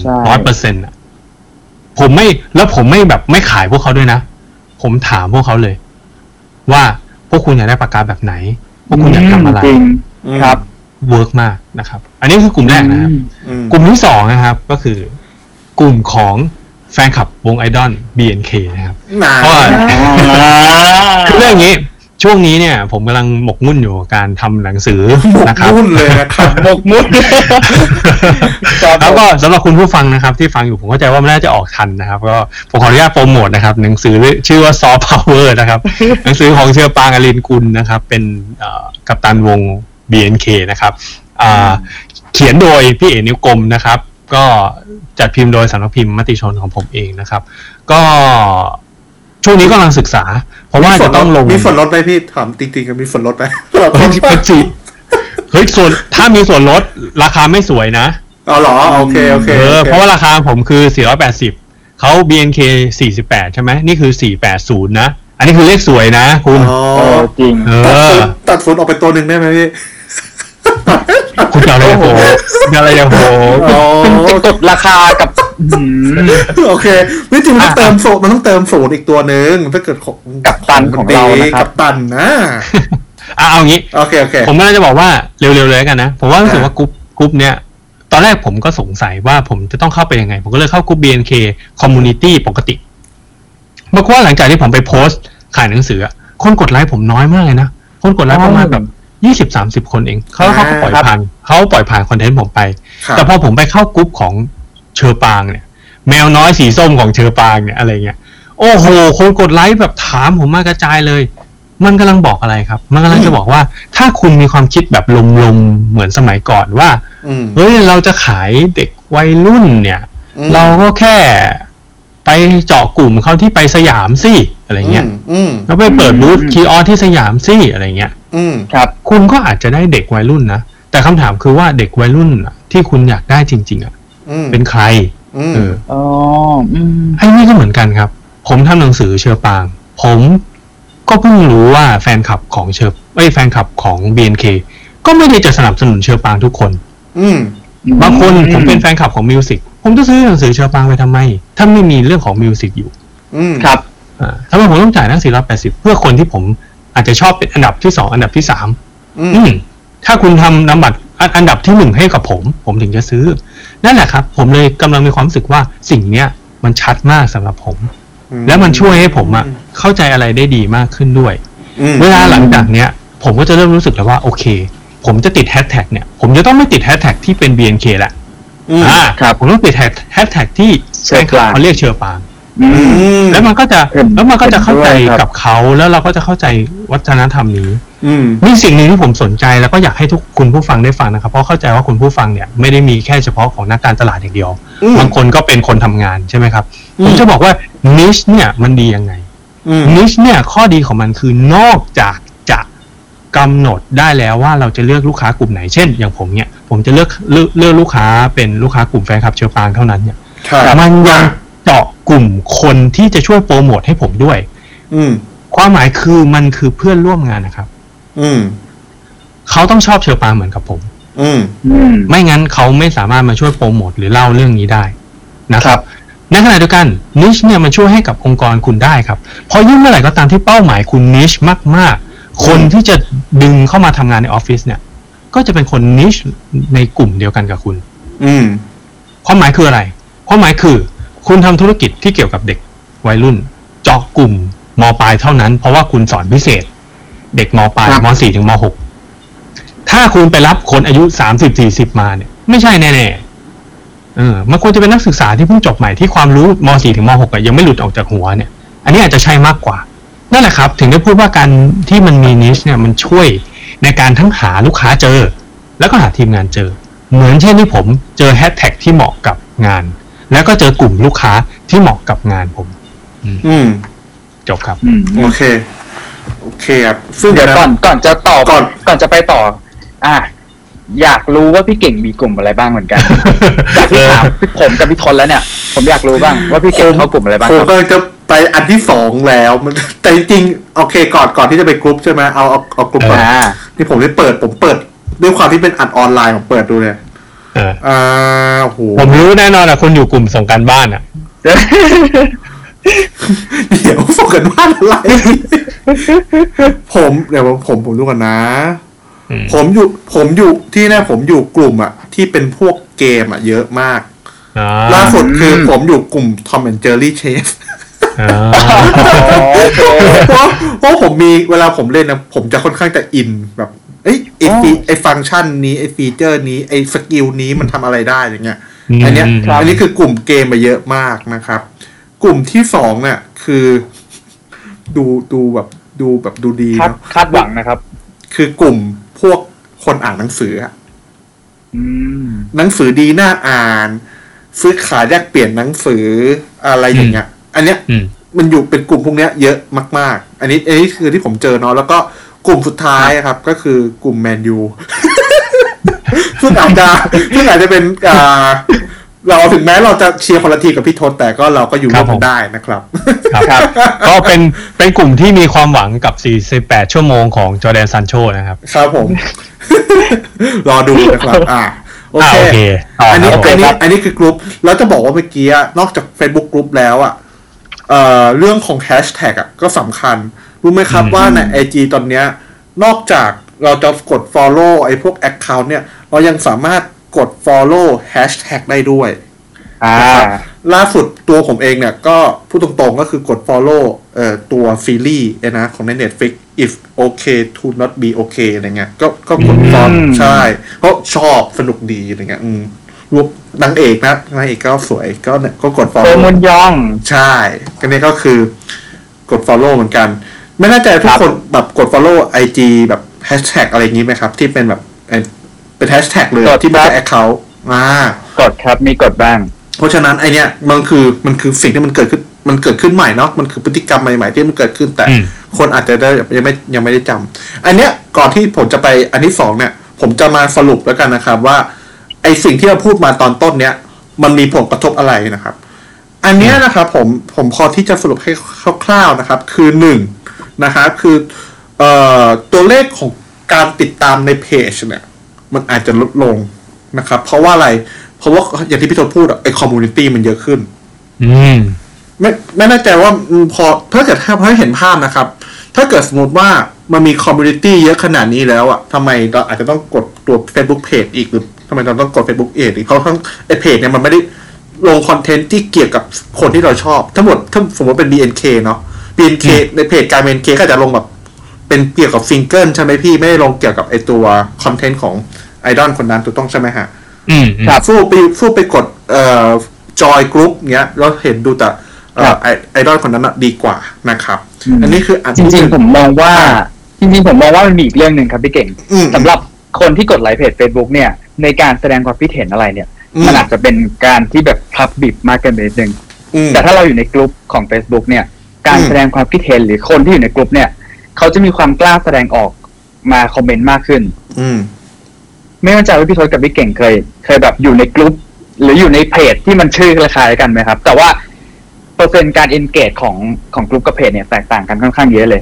100%อ่ะผมไม่แบบไม่ขายพวกเขาด้วยนะผมถามพวกเขาเลยว่าพวกคุณอยากได้ปากกาแบบไหนพวกคุณอยากทำอะไรครับเวิร์กมากนะครับอันนี้คือกลุ่มแรกนะครับกลุ่มที่2นะครับก็คือกลุ่มของแฟนคลับวงไอดอล BNK นะครับเพราะคือเรื่องนี้ช่วงนี้เนี่ยผมกำลังหมกมุ่นอยู่กับการทำหนังสือนะครับหมกมุ่นเลยนะครับหมกมุ่นแล้วก็สำหรับคุณผู้ฟังนะครับที่ฟังอยู่ผมเข้าใจว่ามันน่าจะออกทันนะครับก็ผมขออนุญาตโปรโมทนะครับหนังสือชื่อว่า Soft Power นะครับหนังสือของเชอปางอลินกุลนะครับเป็นกัปตันวง BNK นะครับเขียนโดยพี่เอ๋นิ้วกลมนะครับก็จัดพิมพ์โดยสำนักพิมพ์มติชนของผมเองนะครับก็ช่วงนี้กำลังศึกษาเพราะว่าจะต้องลงมีส่วนลดไหมพี่ถามจริงๆกันมีส่วนลดไหมเฮ้ยส่วนถ้ามีส่วนลดราคาไม่สวยนะอ๋อเหรอโอเคเพราะว่าราคาผมคือ480เขา BNK 48ใช่ไหมนี่คือ480นะอันนี้คือเลขสวยนะคุณจริงตัดฝุ่นออกไปตัวนึงได้ไหมพี่คุณจะอะไรโหเป็นกดราคากับโอเคไม่จริงมันต้องเติมศูนย์อีกตัวนึงถ้าเกิดของกัปตันของเรานะครับกัปตันนะเอางี้โอเคผมก็จะบอกว่าเร็วๆเลยกันนะผมว่ารู้สึกว่ากรุ๊ปเนี้ยตอนแรกผมก็สงสัยว่าผมจะต้องเข้าไปยังไงผมก็เลยเข้ากรุ๊ป BNK Community ปกติเมื่อว่าหลังจากที่ผมไปโพสต์ขายหนังสือคนกดไลค์ผมน้อยมากเลยนะคนกดไลค์ประมาณแบบ20-30 คนเองเขาก็ปล่อยผ่านคอนเทนต์ผมไปแต่พอผมไปเข้ากรุ๊ปของเชอปางเนี่ยแมวน้อยสีส้มของเชอปางเนี่ยอะไรเงี้ยโอ้โหคนกดไลค์แบบถามผมมากระจายเลยมันกำลังบอกอะไรครับมันกำลังจะบอกว่าถ้าคุณมีความคิดแบบลมๆเหมือนสมัยก่อนว่าเฮ้ยเราจะขายเด็กวัยรุ่นเนี่ยเราก็แค่ไปเจาะกลุ่มเขาที่ไปสยามสิอะไรเงี้ยแล้วไปเปิดบูธคีออสที่สยามสิอะไรเงี้ยครับคุณก็อาจจะได้เด็กวัยรุ่นนะแต่คำถามคือว่าเด็กวัยรุ่นที่คุณอยากได้จริงๆเป็นใครไอ้นี่ก็เหมือนกันครับผมทำหนังสือเชอปางผมก็เพิ่งรู้ว่าแฟนคลับของแฟนคลับของ BNK ก็ไม่ได้จะสนับสนุนเชอปางทุกคนบางคนผมเป็นแฟนคลับของมิวสิกผมจะซื้อหนังสือเชอปางไปทำไมถ้าไม่มีเรื่องของมิวสิกอยู่ครับทำไมผมต้องจ่ายตั้ง480เพื่อคนที่ผมอาจจะชอบเป็นอันดับที่2อันดับที่3ถ้าคุณทำนำบัตรอันดับที่1ให้กับผมถึงจะซื้อนั่นแหละครับผมเลยกำลังมีความรู้สึกว่าสิ่งเนี้ยมันชัดมากสำหรับผมแล้วมันช่วยให้ผมเข้าใจอะไรได้ดีมากขึ้นด้วยเวลาหลังจากเนี้ยผมก็จะเริ่มรู้สึกแล้วว่าโอเคผมจะติดแฮชแท็กเนี่ยผมจะต้องไม่ติดแฮชแท็กที่เป็น BNK ละผมต้องติดแฮชแท็กที่เขาเรียกเชอปางแล้วมันก็จะเข้าใจกับเขาแล้วเราก็จะเข้าใจวัฒนธรรมนี้มีสิ่งหนึ่งที่ผมสนใจแล้วก็อยากให้ทุกคุณผู้ฟังได้ฟังนะครับเพราะเข้าใจว่าคุณผู้ฟังเนี่ยไม่ได้มีแค่เฉพาะของนักการตลาดอย่างเดียวบางคนก็เป็นคนทำงานใช่ไหมครับผมจะบอกว่า niche เนี่ยมันดียังไง niche เนี่ยข้อดีของมันคือนอกจากจะกำหนดได้แล้วว่าเราจะเลือกลูกค้ากลุ่มไหนเช่นอย่างผมเนี่ยผมจะเลือกลูกค้าเป็นลูกค้ากลุ่มแฟนคลับเชอปางเท่านั้นเนี่ยมันยังเจาะกลุ่มคนที่จะช่วยโปรโมทให้ผมด้วยความหมายคือมันคือเพื่อนร่วมงานนะครับเขาต้องชอบเชอปางเหมือนกับผมไม่งั้นเขาไม่สามารถมาช่วยโปรโมทหรือเล่าเรื่องนี้ได้นะครับในขณะเดียวกันนิชเนี่ยมันช่วยให้กับองค์กรคุณได้ครับเพราะยิ่งเมื่อไหร่ก็ตามที่เป้าหมายคุณนิชมากๆคนที่จะดึงเข้ามาทำงานในออฟฟิศเนี่ยก็จะเป็นคนนิชในกลุ่มเดียวกันกับคุณความหมายคืออะไรความหมายคือคุณทำธุรกิจที่เกี่ยวกับเด็กวัยรุ่นเจาะกลุ่มม.ปลายเท่านั้นเพราะว่าคุณสอนพิเศษเด็กม.ปลายม.4 ถึงม.6 ถ้าคุณไปรับคนอายุ30-40มาเนี่ยไม่ใช่แน่ๆมันควรจะเป็นนักศึกษาที่เพิ่งจบใหม่ที่ความรู้ม.4 ถึงม.6 ยังไม่หลุดออกจากหัวเนี่ยอันนี้อาจจะใช่มากกว่านั่นแหละครับถึงได้พูดว่าการที่มันมีนิชเนี่ยมันช่วยในการทั้งหาลูกค้าเจอแล้วก็หาทีมงานเจอเหมือนเช่นที่ผมเจอแฮชแท็กที่เหมาะกับงานแล้วก็เจอกลุ่มลูกค้าที่เหมาะกับงานผมจบครับโอเคครับซึ่งเดี๋ยวก่อนจะต่อก่อนจะไปต่ออยากรู้ว่าพี่เก่งมีกลุ่มอะไรบ้างเหมือนกันจากที่ถามผมกับพี่ทนแล้วเนี่ยผมอยากรู้บ้างว่าพี่เก่งเข้ากลุ่มอะไรบ้างผมก็จะไปอันที่2แล้วแต่จริงโอเคก่อนที่จะไปกลุ่มใช่ไหมเอากลุ่มก่อนที่ผมได้เปิดด้วยความที่เป็นอัดออนไลน์ผมเปิดดูเนี่ยโอ้โหผมรู้แน่นอนคุณอยู่กลุ่มส่งการบ้านเดี๋ยวส่งกันบ้านอะไรเดี๋ยวผมดูกันนะผมอยู่ที่นี่ผมอยู่กลุ่มที่เป็นพวกเกมเยอะมากล่าสุดคือผมอยู่กลุ่ม Tom and Jerry Chase เพราะผมมีเวลาผมเล่นนะผมจะค่อนข้างจะอินแบบไอ้ฟังก์ชันนี้ไอ้ฟีเจอร์นี้ไอ้สกิลนี้มันทำอะไรได้อย่างเงี้ยอันนี้คือกลุ่มเกมมาเยอะมากนะครับกลุ่มที่2เนี่ยคือดูดีเนาะคาดหวังนะครับคือกลุ่มพวกคนอ่านหนังสือหนังสือดีน่าอ่านซื้อขายแลกเปลี่ยนหนังสืออะไรอย่างเงี้ยอันเนี้ยมันอยู่เป็นกลุ่มพวกเนี้ยเยอะมากๆอันนี้คือที่ผมเจอเนาะแล้วก็กลุ่มสุดท้ายครับก็คือกลุ่มแมนยูซึ่งอาจจะเป็นเราถึงแม้เราจะเชียร์คนละทีกับพี่ทศแต่ก็เราก็อยู่ร่วมกันได้นะครับครับก็เป็นกลุ่มที่มีความหวังกับ48ชั่วโมงของจอร์แดนซานโชนะครับครับผมรอดูนะครับโอเคอันนี้คือกลุ่มแล้วจะบอกว่าเมื่อกี้นอกจาก Facebook กลุ่มแล้วเรื่องของแฮชแท็กก็สำคัญรู้ไหมครับว่าใน IG ตอนเนี้ยนอกจากเราจะกด follow ไอ้พวก account เนี่ยเรายังสามารถกด follow hashtag ได้ด้วยล่าสุดตัวผมเองเนี่ยก็พูดตรงๆก็คือกด follow ตัวซีรีส์นะของใน Netflix if okay to not be okay อะไรเงี้ยก็กด follow ใช่เพราะชอบสนุกดีอะไรเงี้ยรูปนางเอกก็สวยก็กด follow โมนยองใช่ก็นี่ก็คือกด follow เหมือนกันไม่แน่ใจทุกคนแบบกด follow IG แบบ hashtag อะไรอย่างงี้ไหมครับที่เป็นแบบเป็นแฮชแท็กเลยที่ไม่ใช่ account กดครับมีกดบ้างเพราะฉะนั้นไอเนี้ยมันคือสิ่งที่มันเกิดขึ้นใหม่เนาะมันคือพฤติกรรมใหม่ๆที่มันเกิดขึ้นแต่คนอาจจะได้ยังไม่ได้จำอันเนี้ยก่อนที่ผมจะไปอันที่2เนี่ยผมจะมาสรุปแล้วกันนะครับว่าไอสิ่งที่เราพูดมาตอนต้นเนี้ยมันมีผลกระทบอะไรนะครับอันเนี้ยนะครับผมพอที่จะสรุปให้คร่าวๆนะครับคือ1นะครับคือตัวเลขของการติดตามในเพจเนี่ยมันอาจจะลดลงนะครับเพราะว่าอะไรเพราะว่าอย่างที่พี่โทพูดไอ้คอมมูนิตี้มันเยอะขึ้นไม่แน่ใจว่าพอถ้าเกิดให้เห็นภาพนะครับถ้าเกิดสมมติว่ามันมีคอมมูนิตี้เยอะขนาดนี้แล้วทำไมเราอาจจะต้องกดตัว Facebook Page อีกหรือทำไมเราต้องกด Facebook Page อีกเพราะทั้งไอ้เพจเนี่ยมันไม่ได้ลงคอนเทนต์ที่เกี่ยวกับคนที่เราชอบทั้งหมดถ้าสมมติเป็น BNK เนาะ BNK ในเพจการ BNK ก็จะลงแบบเป็นเกี่ยวกับซิงเกิลใช่ไหมพี่ไม่ได้ลงเกี่ยวกับไอตัวคอนเทนต์ของไอดอลคนนั้นถูกต้องใช่ไหมฮะครับสู้ไปกดจอยกรุ๊ปเงี้ยแล้วเห็นดูแต่ไอดอลคนนั้นดีกว่านะครับอันนี้คือจริงๆผมมองว่ามันมีอีกเรื่องนึงครับพี่เก่งสำหรับคนที่กดไลค์เพจ Facebook เนี่ยในการแสดงความคิดเห็นอะไรเนี่ยมันอาจจะเป็นการที่แบบพับบิบมากเกินไปนิดนึงแต่ถ้าเราอยู่ในกลุ่มของ Facebook เนี่ยการแสดงความคิดเห็นหรือคนที่อยู่ในกลุ่มเนี่ยเขาจะมีความกล้าแสดงออกมาคอมเมนต์มากขึ้นไม่แน่ใจว่าพี่ทศกับพี่เก่งเคยแบบอยู่ในกลุ่มหรืออยู่ในเพจที่มันชื่อคล้ายๆกันไหมครับแต่ว่าเปอร์เซ็นต์การเอนเกจของกลุ่มกับเพจเนี่ยแตกต่างกันค่อนข้างเยอะเลย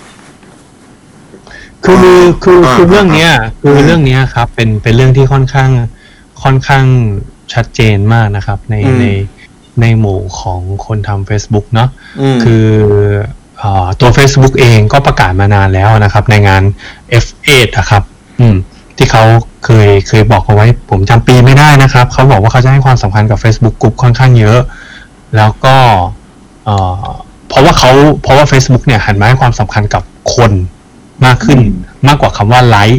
คือเรื่องนี้ครับเป็นเรื่องที่ค่อนข้างชัดเจนมากนะครับในหมู่ของคนทำ Facebook เนาะคือตัว Facebook เองก็ประกาศมานานแล้วนะครับในงาน F8 นะครับที่เขาเคยบอกเอาไว้ผมจำปีไม่ได้นะครับเขาบอกว่าเขาจะให้ความสำคัญกับ Facebook Group ค่อนข้างเยอะแล้วก็เพราะว่า Facebook เนี่ยหันมาให้ความสำคัญกับคนมากขึ้นมากกว่าคำว่าไลค์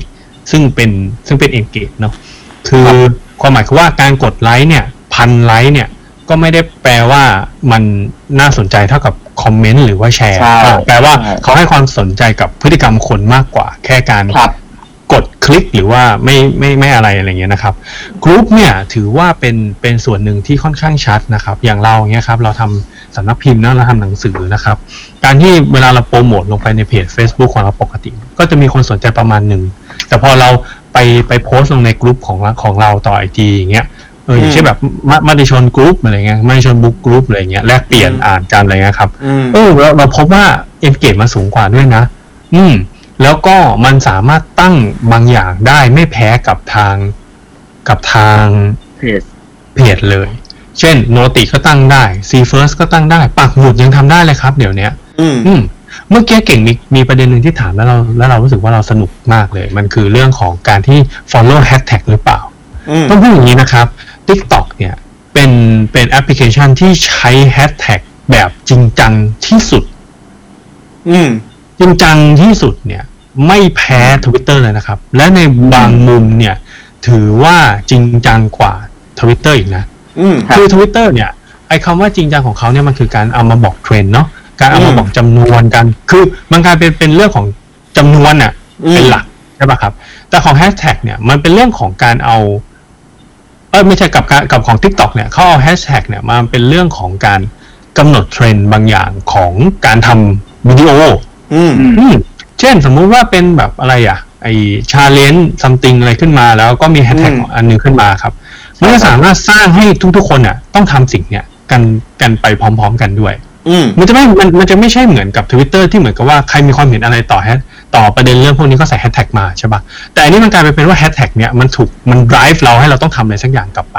ซึ่งเป็นengage เนาะคือความหมายคือว่าการกดไลค์เนี่ย1,000 ไลค์เนี่ยก็ไม่ได้แปลว่ามันน่าสนใจเท่ากับคอมเมนต์หรือว่าแชร์แปลว่าเขาให้ความสนใจกับพฤติกรรมคนมากกว่าแค่การกดคลิกหรือว่าไม่อะไรเงี้ยนะครับกรุ๊ปเนี่ยถือว่าเป็นส่วนหนึ่งที่ค่อนข้างชัดนะครับอย่างเราเงี้ยครับเราทำสำนักพิมพ์นะเราทำหนังสือนะครับการที่เวลาเราโปรโมทลงไปในเพจ Facebook ของเราปกติก็จะมีคนสนใจประมาณนึงแต่พอเราไปโพสต์ลงในกลุ่มของเราต่อ IG อย่างเงี้ยอย่างเช่นแบบมติชนกรุ๊ปอะไรเงี้ยมติชนบุ๊กกรุ๊ปอะไรเงี้ยแลกเปลี่ยนอ่านกันอะไรเงี้ยครับเราพบว่า engage มาสูงกว่าด้วยนะแล้วก็มันสามารถตั้งบางอย่างได้ไม่แพ้กับทางเพจเลยเช่นโนติก็ตั้งได้ See First ก็ตั้งได้ปักหมุดยังทำได้เลยครับเดี๋ยวนี้เมื่อกี้เก่งมีประเด็นหนึ่งที่ถามแล้วเรารู้สึกว่าเราสนุกมากเลยมันคือเรื่องของการที่ follow hashtag หรือเปล่าต้องพูดอย่างนี้นะครับ TikTok เนี่ยเป็นแอปพลิเคชันที่ใช้แฮชแท็กแบบจริงจังที่สุดจริงจังที่สุดเนี่ยไม่แพ้ Twitter เลยนะครับและในบางมุมเนี่ยถือว่าจริงจังกว่า Twitter อีกนะคือ Twitter เนี่ยไอ้คำว่าจริงจังของเขาเนี่ยมันคือการเอามาบอกเทรนด์เนาะการเอามาบอกจำนวนกันคือมันกลายเป็นเรื่องของจำนวนน่ะเป็นหลักใช่ป่ะครับแต่ของแฮชแท็กเนี่ยมันเป็นเรื่องของการเอาไม่ใช่กับของ TikTok เนี่ยเขาเอาแฮชแท็กเนี่ยมาเป็นเรื่องของการกำหนดเทรนด์บางอย่างของการทำวิดีโอเช่นสมมุติว่าเป็นแบบอะไรไอ challenge something อะไรขึ้นมาแล้วก็มีแฮชแท็กอันนึงขึ้นมาครับมันก็สามารถสร้างให้ทุกๆคนน่ะต้องทำสิ่งเนี้ยกันไปพร้อมๆกันด้วยมันจะไม่ใช่เหมือนกับ Twitter ที่เหมือนกับว่าใครมีความเห็นอะไรต่อประเด็นเรื่องพวกนี้ก็ใส่แฮชแท็กมาใช่ป่ะแต่อันนี้มันกลายเป็นว่าแฮชแท็กเนี้ยมัน drive เราให้เราต้องทำอะไรสักอย่างกลับไป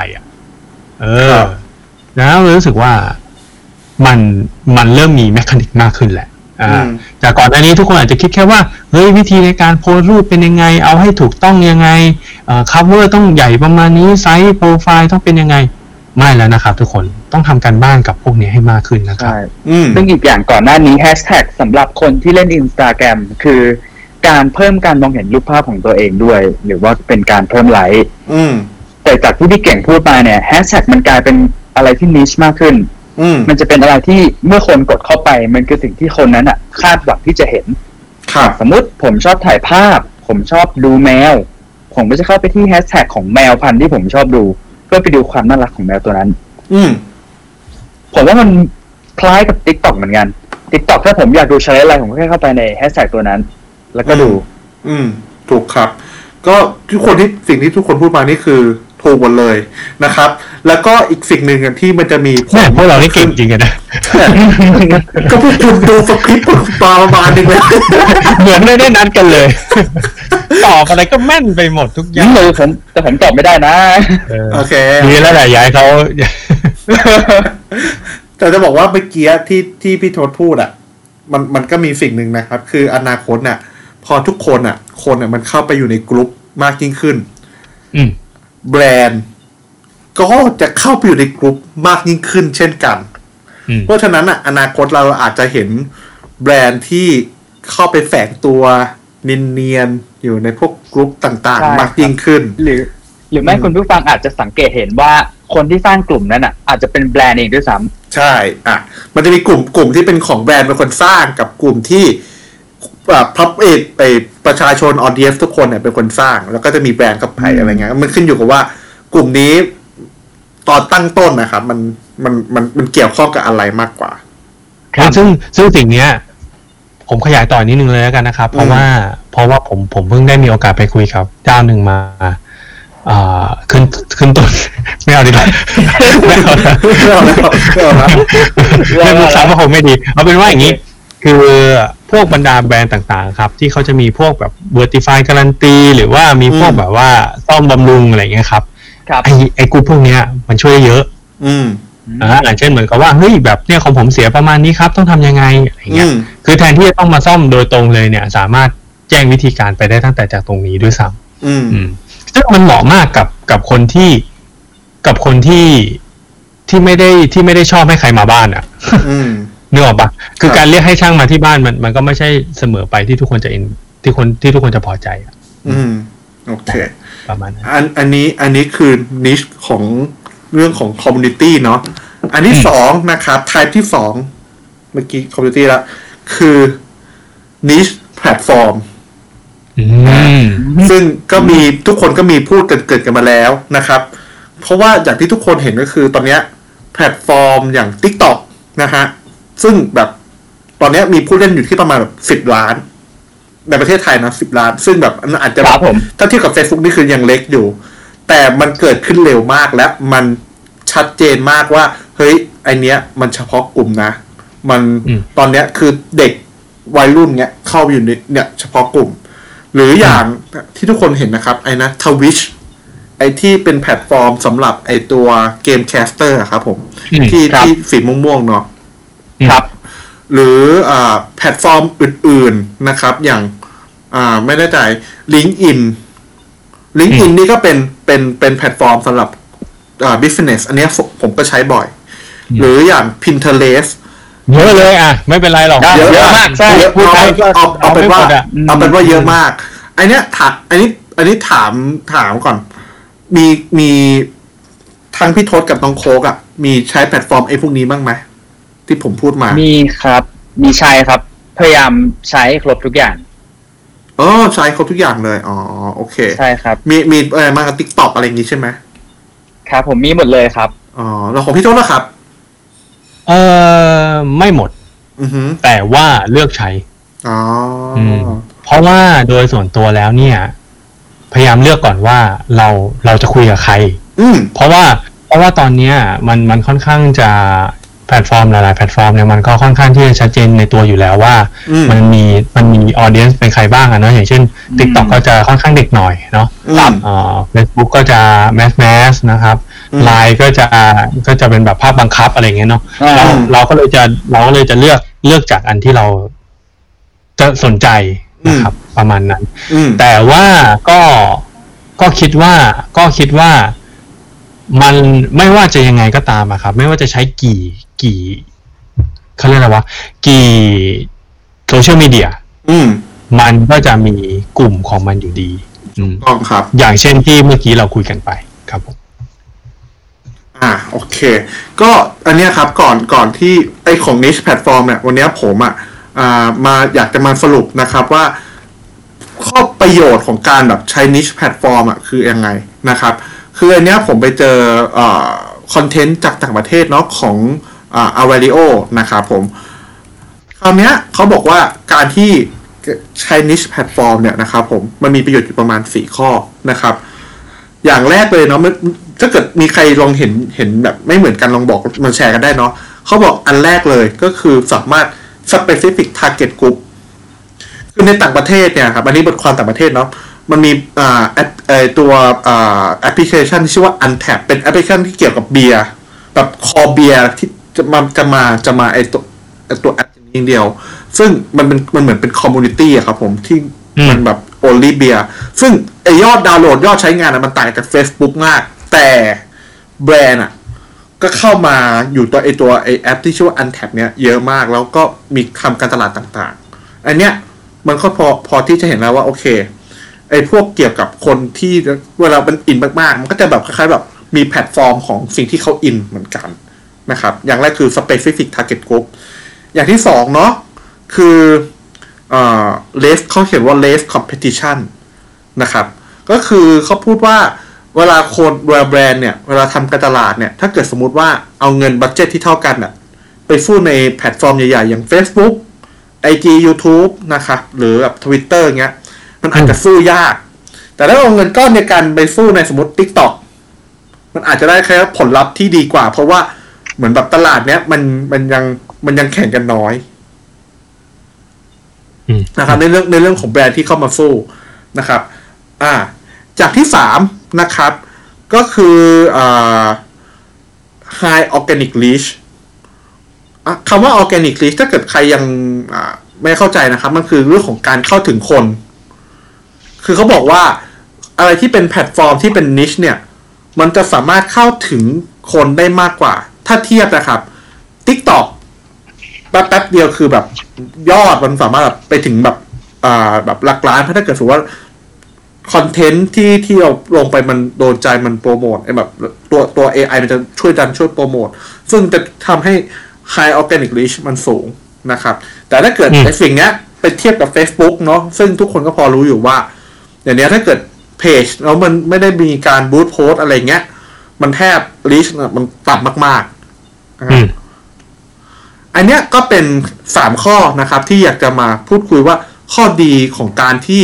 แล้วรู้สึกว่ามันเริ่มมีแมคานิกมากขึ้นแหละจากก่อนหน้านี้ทุกคนอาจจะคิดแค่ว่าเฮ้ยวิธีในการโพสรูปเป็นยังไงเอาให้ถูกต้องยังไงcover ต้องใหญ่ประมาณนี้ไซส์โปรไฟล์ต้องเป็นยังไงไม่แล้วนะครับทุกคนต้องทำการบ้านกับพวกนี้ให้มากขึ้นนะครับซึ่งอีกอย่างก่อนหน้านี้แฮชแท็กสำหรับคนที่เล่น Instagram คือการเพิ่มการมองเห็นรูปภาพของตัวเองด้วยหรือว่าเป็นการเพิ่มไลค์แต่จากที่พี่เก่งพูดมาเนี่ยแฮชแท็กมันกลายเป็นอะไรที่นิชมากขึ้นมันจะเป็นอะไรที่เมื่อคนกดเข้าไปมันคือสิ่งที่คนนั้นคาดหวังที่จะเห็นสมมติผมชอบถ่ายภาพผมชอบดูแมวผมก็จะเข้าไปที่แฮชแท็กของแมวพันธุ์ที่ผมชอบดูเพื่อไปดูความน่ารักของแมวตัวนั้นผมว่ามันคล้ายกับ TikTok เหมือนกัน TikTok ถ้าผมอยากดูใช้อะไรผมก็แค่เข้าไปในแฮชแท็กตัวนั้นแล้วก็ดูถูกครับก็สิ่งที่ทุกคนพูดมานี่คือถูกหมดเลยนะครับแล้วก็อีกสิ่งหนึ่งที่มันจะมีพวกเรานี่เก่งจริงกันนะก็พวกคุณดูสคริปต์ประมาณนึงเลยเหมือนไม่ได้นัดกันเลยตอบอะไรก็แม่นไปหมดทุกอย่างเลยแต่ผมตอบไม่ได้นะโอเคดีแล้วแหละย้ายเขาแต่จะบอกว่าเมื่อกี้ที่พี่โทษพูดมันก็มีสิ่งหนึ่งนะครับคืออนาคตน่ะพอทุกคนมันเข้าไปอยู่ในกลุ่มมากยิ่งขึ้นแบรนด์ก็จะเข้าไปอยู่ในกลุ่มมากยิ่งขึ้นเช่นกันเพราะฉะนั้นอนาคตเราอาจจะเห็นแบรนด์ที่เข้าไปแฝงตัวเนียนๆอยู่ในพวกกลุ่มต่างๆมากยิ่งขึ้นหรือไม่คุณผู้ฟังอาจจะสังเกตเห็นว่าคนที่สร้างกลุ่มนั้นอาจจะเป็นแบรนด์เองด้วยซ้ำใช่มันจะมีกลุ่มที่เป็นของแบรนด์เป็นคนสร้างกับกลุ่มที่พับไปประชาชนออเดียนทุกคนเนี่ยเป็นคนสร้างแล้วก็จะมีแบรนด์กับไผ่อะไรเงี้ยมันขึ้นอยู่กับว่ากลุ่มนี้ตอนตั้งต้นนะครับมันเกี่ยวข้องกับอะไรมากกว่าซึ่งสิ่งเนี้ยผมขยายต่อนิดนึงเลยแล้วกันนะครับเพราะว่าผมเพิ่งได้มีโอกาสไปคุยกับเจ้าหนึ่งมาขึ้นต้นไม่เอาดีกว่าไม่เอาแล้วเรื่องสาวก็คงไม่ดีเอาเป็นว่าอย่างนี้คือพวกบรรดาแบรนด์ต่างๆครับที่เขาจะมีพวกแบบ Verify การันตีหรือว่ามีพวกแบบว่าซ่อมบำรุงอะไรเงี้ยครับไอ้กลุ่มพวกเนี้ยมันช่วยเยอะเช่นเหมือนกับว่าเฮ้ยแบบเนี่ยของผมเสียประมาณนี้ครับต้องทำยังไงอะไรเงี้ยคือแทนที่จะต้องมาซ่อมโดยตรงเลยเนี่ยสามารถแจ้งวิธีการไปได้ตั้งแต่จากตรงนี้ด้วยซ้ำซึ่งมันเหมาะมากกับคนที่ไม่ได้ชอบให้ใครมาบ้านนึกออกปะคือการเรียกให้ช่างมาที่บ้านมันก็ไม่ใช่เสมอไปที่ทุกคนจะที่ทุกคนจะพอใจโอเคประมาณนั้นอันนี้คือ niche ของเรื่องของ community เนาะอันที่สองนะครับ type ที่สองเมื่อกี้ community ละคือ niche platform ซึ่งก็มีทุกคนก็มีพูดเกิดกันมาแล้วนะครับเพราะว่าอย่างที่ทุกคนเห็นก็คือตอนนี้แพลตฟอร์มอย่าง TikTok นะฮะซึ่งแบบตอนนี้มีผู้เล่นอยู่ที่ประมาณแบบ10 ล้านในประเทศไทยนะ10 ล้านซึ่งแบบอาจจะแบบถ้าเทียบกับ Facebook นี่คือยังเล็กอยู่แต่มันเกิดขึ้นเร็วมากและมันชัดเจนมากว่าเฮ้ยไอเนี้ยมันเฉพาะกลุ่มนะมันตอนเนี้ยคือเด็กวัยรุ่นเนี้ยเข้าอยู่ในเนี่ยเฉพาะกลุ่มหรืออย่างที่ทุกคนเห็นนะครับไอ้นะ Twitch ไอ้ที่เป็นแพลตฟอร์มสำหรับไอ้ตัวเกมแคสเตอร์ครับผมที่สีม่วงๆเนาะครับหรือแพลตฟอร์มอื่นๆนะครับอย่างไม่แน่ใจ LinkedIn นี่ก็เป็นแพลตฟอร์มสำหรับbusiness อันนี้ผมก็ใช้บ่อยหรืออย่าง Pinterest เยอะเลยไม่เป็นไรหรอกเยอะมากใช่เอาเป็นว่าเยอะมากอันนี้ถามก่อนมีทั้งพี่ทศกับน้องโคกมีใช้แพลตฟอร์มไอ้พวกนี้บ้างไหมที่ผมพูดมามีครับมีใช้ครับพยายามใช้ครบทุกอย่างใช้ครบทุกอย่างเลยโอเคใช่ครับมีอะไรมากกับ TikTok อะไรอย่างงี้ใช่ไหมครับผมมีหมดเลยครับแล้วของพี่ทศล่ะครับไม่หมดแต่ว่าเลือกใช้เพราะว่าโดยส่วนตัวแล้วเนี่ยพยายามเลือกก่อนว่าเราจะคุยกับใครเพราะว่าตอนนี้มันค่อนข้างจะแพลตฟอร์มหลายๆแพลตฟอร์มเนี่ยมันก็ค่อนข้างที่จะชัดเจนในตัวอยู่แล้วว่ามันมีออเดียนซ์เป็นใครบ้างเนาะอย่างเช่น TikTok ก็จะค่อนข้างเด็กหน่อยเนาะFacebook ก็จะแมสนะครับไลน์ก็จะเป็นแบบภาพบังคับอะไรอย่างเงี้ยเนาะเราก็เลยจะเลือกจากอันที่เราจะสนใจนะครับประมาณนั้นแต่ว่าก็คิดว่ามันไม่ว่าจะยังไงก็ตามครับไม่ว่าจะใช้กี่เขาเรียกอะไรวะกี่โซเชียลมีเดียมันก็จะมีกลุ่มของมันอยู่ดีต้องครับอย่างเช่นที่เมื่อกี้เราคุยกันไปครับผมโอเคก็อันเนี้ยครับก่อนที่ไอของ niche platform เนี่ยวันนี้ผมมาอยากจะมาสรุปนะครับว่าข้อประโยชน์ของการแบบใช้ niche platform คือยังไงนะครับคืออันเนี้ยผมไปเจอคอนเทนต์จากต่างประเทศเนาะของAvario นะครับผมคราวเนี้ยเขาบอกว่าการที่ใช้ niche platform เนี่ยนะครับผมมันมีประโยชน์อยู่ประมาณ4ข้อนะครับอย่างแรกเลยเนาะถ้าเกิดมีใครลองเห็นแบบไม่เหมือนกันลองบอกมันแชร์กันได้เนาะเขาบอกอันแรกเลยก็คือสามารถ specific target group คือในต่างประเทศเนี่ยครับอันนี้บทความต่างประเทศเนาะมันมีตัวแอปพลิเคชันที่ชื่อว่า Untap เป็นแอปพลิเคชันที่เกี่ยวกับเบียร์แบบคอเบียร์ที่จะมาไอตัวแอปนี้เดียวซึ่งมันเหมือนเป็นคอมมูนิตี้อะครับผมที่มันแบบ only beer ซึ่งไอยอดดาวน์โหลดยอดใช้งานมันต่างจาก Facebook มากแต่แบรนด์ก็เข้ามาอยู่ตัวไอแอปที่ชื่อว่า Untap เนี้ยเยอะมากแล้วก็มีทำการตลาดต่างๆอันเนี้ยมันก็พอที่จะเห็นแล้วว่าโอเคไอ้พวกเกี่ยวกับคนที่เวลามันอินมากๆมันก็จะแบบคล้ายๆแบบมีแพลตฟอร์มของสิ่งที่เขาอินเหมือนกันนะครับอย่างแรกคือ specific target group อย่างที่สองเนาะคือless เขาเขียนว่า less competition นะครับก็คือเขาพูดว่าเวลาแบรนด์เนี่ยเวลาทำการตลาดเนี่ยถ้าเกิดสมมุติว่าเอาเงินบัดเจ็ตที่เท่ากันไปสู้ในแพลตฟอร์มใหญ่ๆอย่าง Facebook IG YouTube นะครับหรือแบบ Twitter เงี้ยมันอาจจะสู้ยากแต่ถ้าเอาเงินก้อนในการไปสู้ในสมมติ TikTok มันอาจจะได้แค่ผลลัพธ์ที่ดีกว่าเพราะว่าเหมือนแบบตลาดเนี้ยมันยังแข่งกันน้อยนะครับในเรื่องของแบรนด์ที่เข้ามาสู้นะครับจากที่3นะครับก็คือhigh organic reach คำว่า organic reach ถ้าเกิดใครยังไม่เข้าใจนะครับมันคือเรื่องของการเข้าถึงคนคือเขาบอกว่าอะไรที่เป็นแพลตฟอร์มที่เป็น niche เนี่ยมันจะสามารถเข้าถึงคนได้มากกว่าถ้าเทียบนะครับ TikTok แป๊บเดียวคือแบบยอดมันสามารถไปถึงแบบหลักล้านถ้าเกิดสมมติว่าคอนเทนต์ที่เราลงไปมันโดนใจมันโปรโมทไอ้แบบตัว AI มันจะช่วยโปรโมทซึ่งจะทำให้ high organic reach มันสูงนะครับแต่ถ้าเกิดไอ้สิ่งเนี้ยไปเทียบกับ Facebook เนาะซึ่งทุกคนก็พอรู้อยู่ว่าเดี๋ยวนี้ถ้าเกิดเพจแล้วมันไม่ได้มีการบูสต์โพสอะไรเงี้ยมันแทบ reach มันต่ำมากๆนะครับอันเนี้ยก็เป็น3ข้อนะครับที่อยากจะมาพูดคุยว่าข้อดีของการที่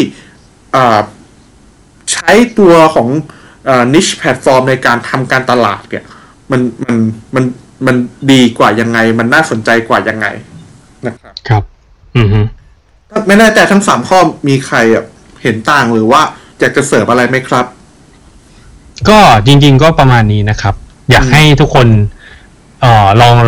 ใช้ตัวของniche platform ในการทำการตลาดเนี่ยมันดีกว่ายังไงมันน่าสนใจกว่ายังไงนะครับครับไม่แน่ใจทั้ง3ข้อมีใครเห็นต่างหรือว่าอยากจะเสริมอะไรไหมครับก็จริงๆก็ประมาณนี้นะครับอยากให้ทุกคนลอง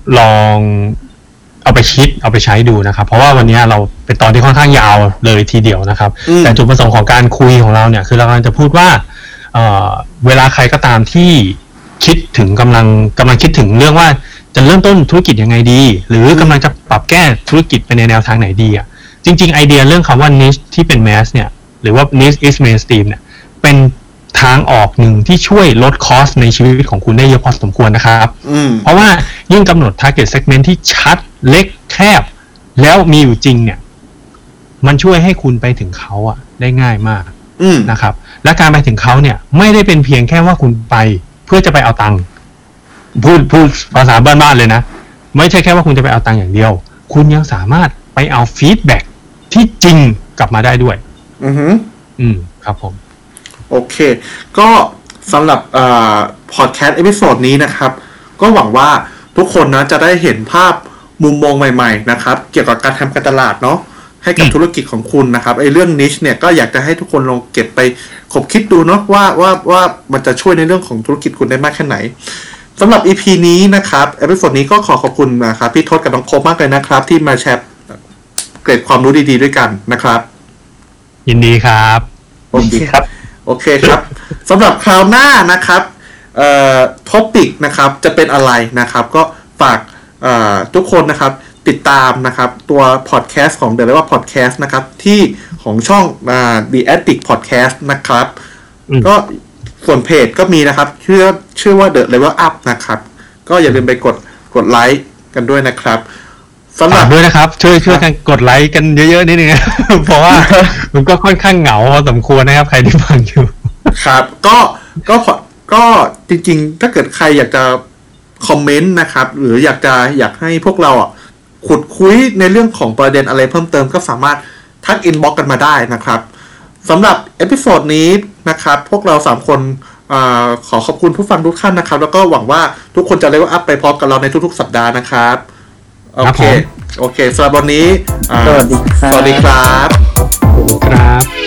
เอาไปคิดเอาไปใช้ดูนะครับเพราะว่าวันนี้เราเป็นตอนที่ค่อนข้างยาวเลยทีเดียวนะครับแต่จุดประสงค์ของการคุยของเราเนี่ยคือเรากำลังจะพูดว่าเวลาใครก็ตามที่คิดถึงกำลังคิดถึงเรื่องว่าจะเริ่มต้นธุรกิจยังไงดีหรือกำลังจะปรับแก้ธุรกิจไปในแนวทางไหนดีอ่ะจริงๆไอเดียเรื่องคำว่า niche ที่เป็น mass เนี่ยหรือว่า niche is mainstream เนี่ยเป็นทางออกหนึ่งที่ช่วยลดคอสในชีวิตของคุณได้เยอะพอสมควรนะครับเพราะว่ายิ่งกำหนด target segment ที่ชัดเล็กแคบแล้วมีอยู่จริงเนี่ยมันช่วยให้คุณไปถึงเขาอ่ะได้ง่ายมากนะครับและการไปถึงเขาเนี่ยไม่ได้เป็นเพียงแค่ว่าคุณไปเพื่อจะไปเอาตังค์พูดภาษาบ้านๆเลยนะไม่ใช่แค่ว่าคุณจะไปเอาตังค์อย่างเดียวคุณยังสามารถไปเอาฟีดแบ็กที่จริงกลับมาได้ด้วยครับผมโอเคก็สำหรับพอดแคสต์เอพิโซดนี้นะครับก็หวังว่าทุกคนนะจะได้เห็นภาพมุมมองใหม่ๆนะครับเกี่ยวกับการทำการตลาดเนาะให้กับธุรกิจของคุณนะครับไอ้เรื่อง niche เนี่ยก็อยากจะให้ทุกคนลองเก็บไปคบคิดดูเนาะว่ามันจะช่วยในเรื่องของธุรกิจคุณได้มากแค่ไหนสำหรับ EP นี้นะครับเอพิโซดนี้ก็ขอบคุณนะครับพี่ทศกับน้องโคมากเลยนะครับที่มาแชร์เกร็ดความรู้ดีๆด้วยกันนะครับยินดีครับโอเคครับสำหรับคราวหน้านะครับท็อปิกนะครับจะเป็นอะไรนะครับก็ฝากทุกคนนะครับติดตามนะครับตัวพอดแคสต์ของ The Level Podcast นะครับที่ของช่องThe Addict Podcast นะครับก็ส่วนเพจก็มีนะครับชื่อว่า The Level Up นะครับก็อย่าลืมไปกดไลค์กันด้วยนะครับสำหรับด้วยนะครับช่วยกันกดไลค์กันเยอะๆนิดนึงเพราะว่ามันก็ค่อนข้างเหงาพอสมควรนะครับใครที่ฟังอยู่ครับก็จริงๆถ้าเกิดใครอยากจะคอมเมนต์นะครับหรืออยากให้พวกเราขุดคุยในเรื่องของประเด็นอะไรเพิ่มเติมก็สามารถทักอินบ็อกซ์กันมาได้นะครับสำหรับเอพิโซดนี้นะครับพวกเรา3คนขอบคุณผู้ฟังทุกท่านนะครับแล้วก็หวังว่าทุกคนจะเลเวลอัพไปพร้อมกับเราในทุกๆสัปดาห์นะครับโอเคสำหรับวันนี้สวัสดีครับสวัสดีครับ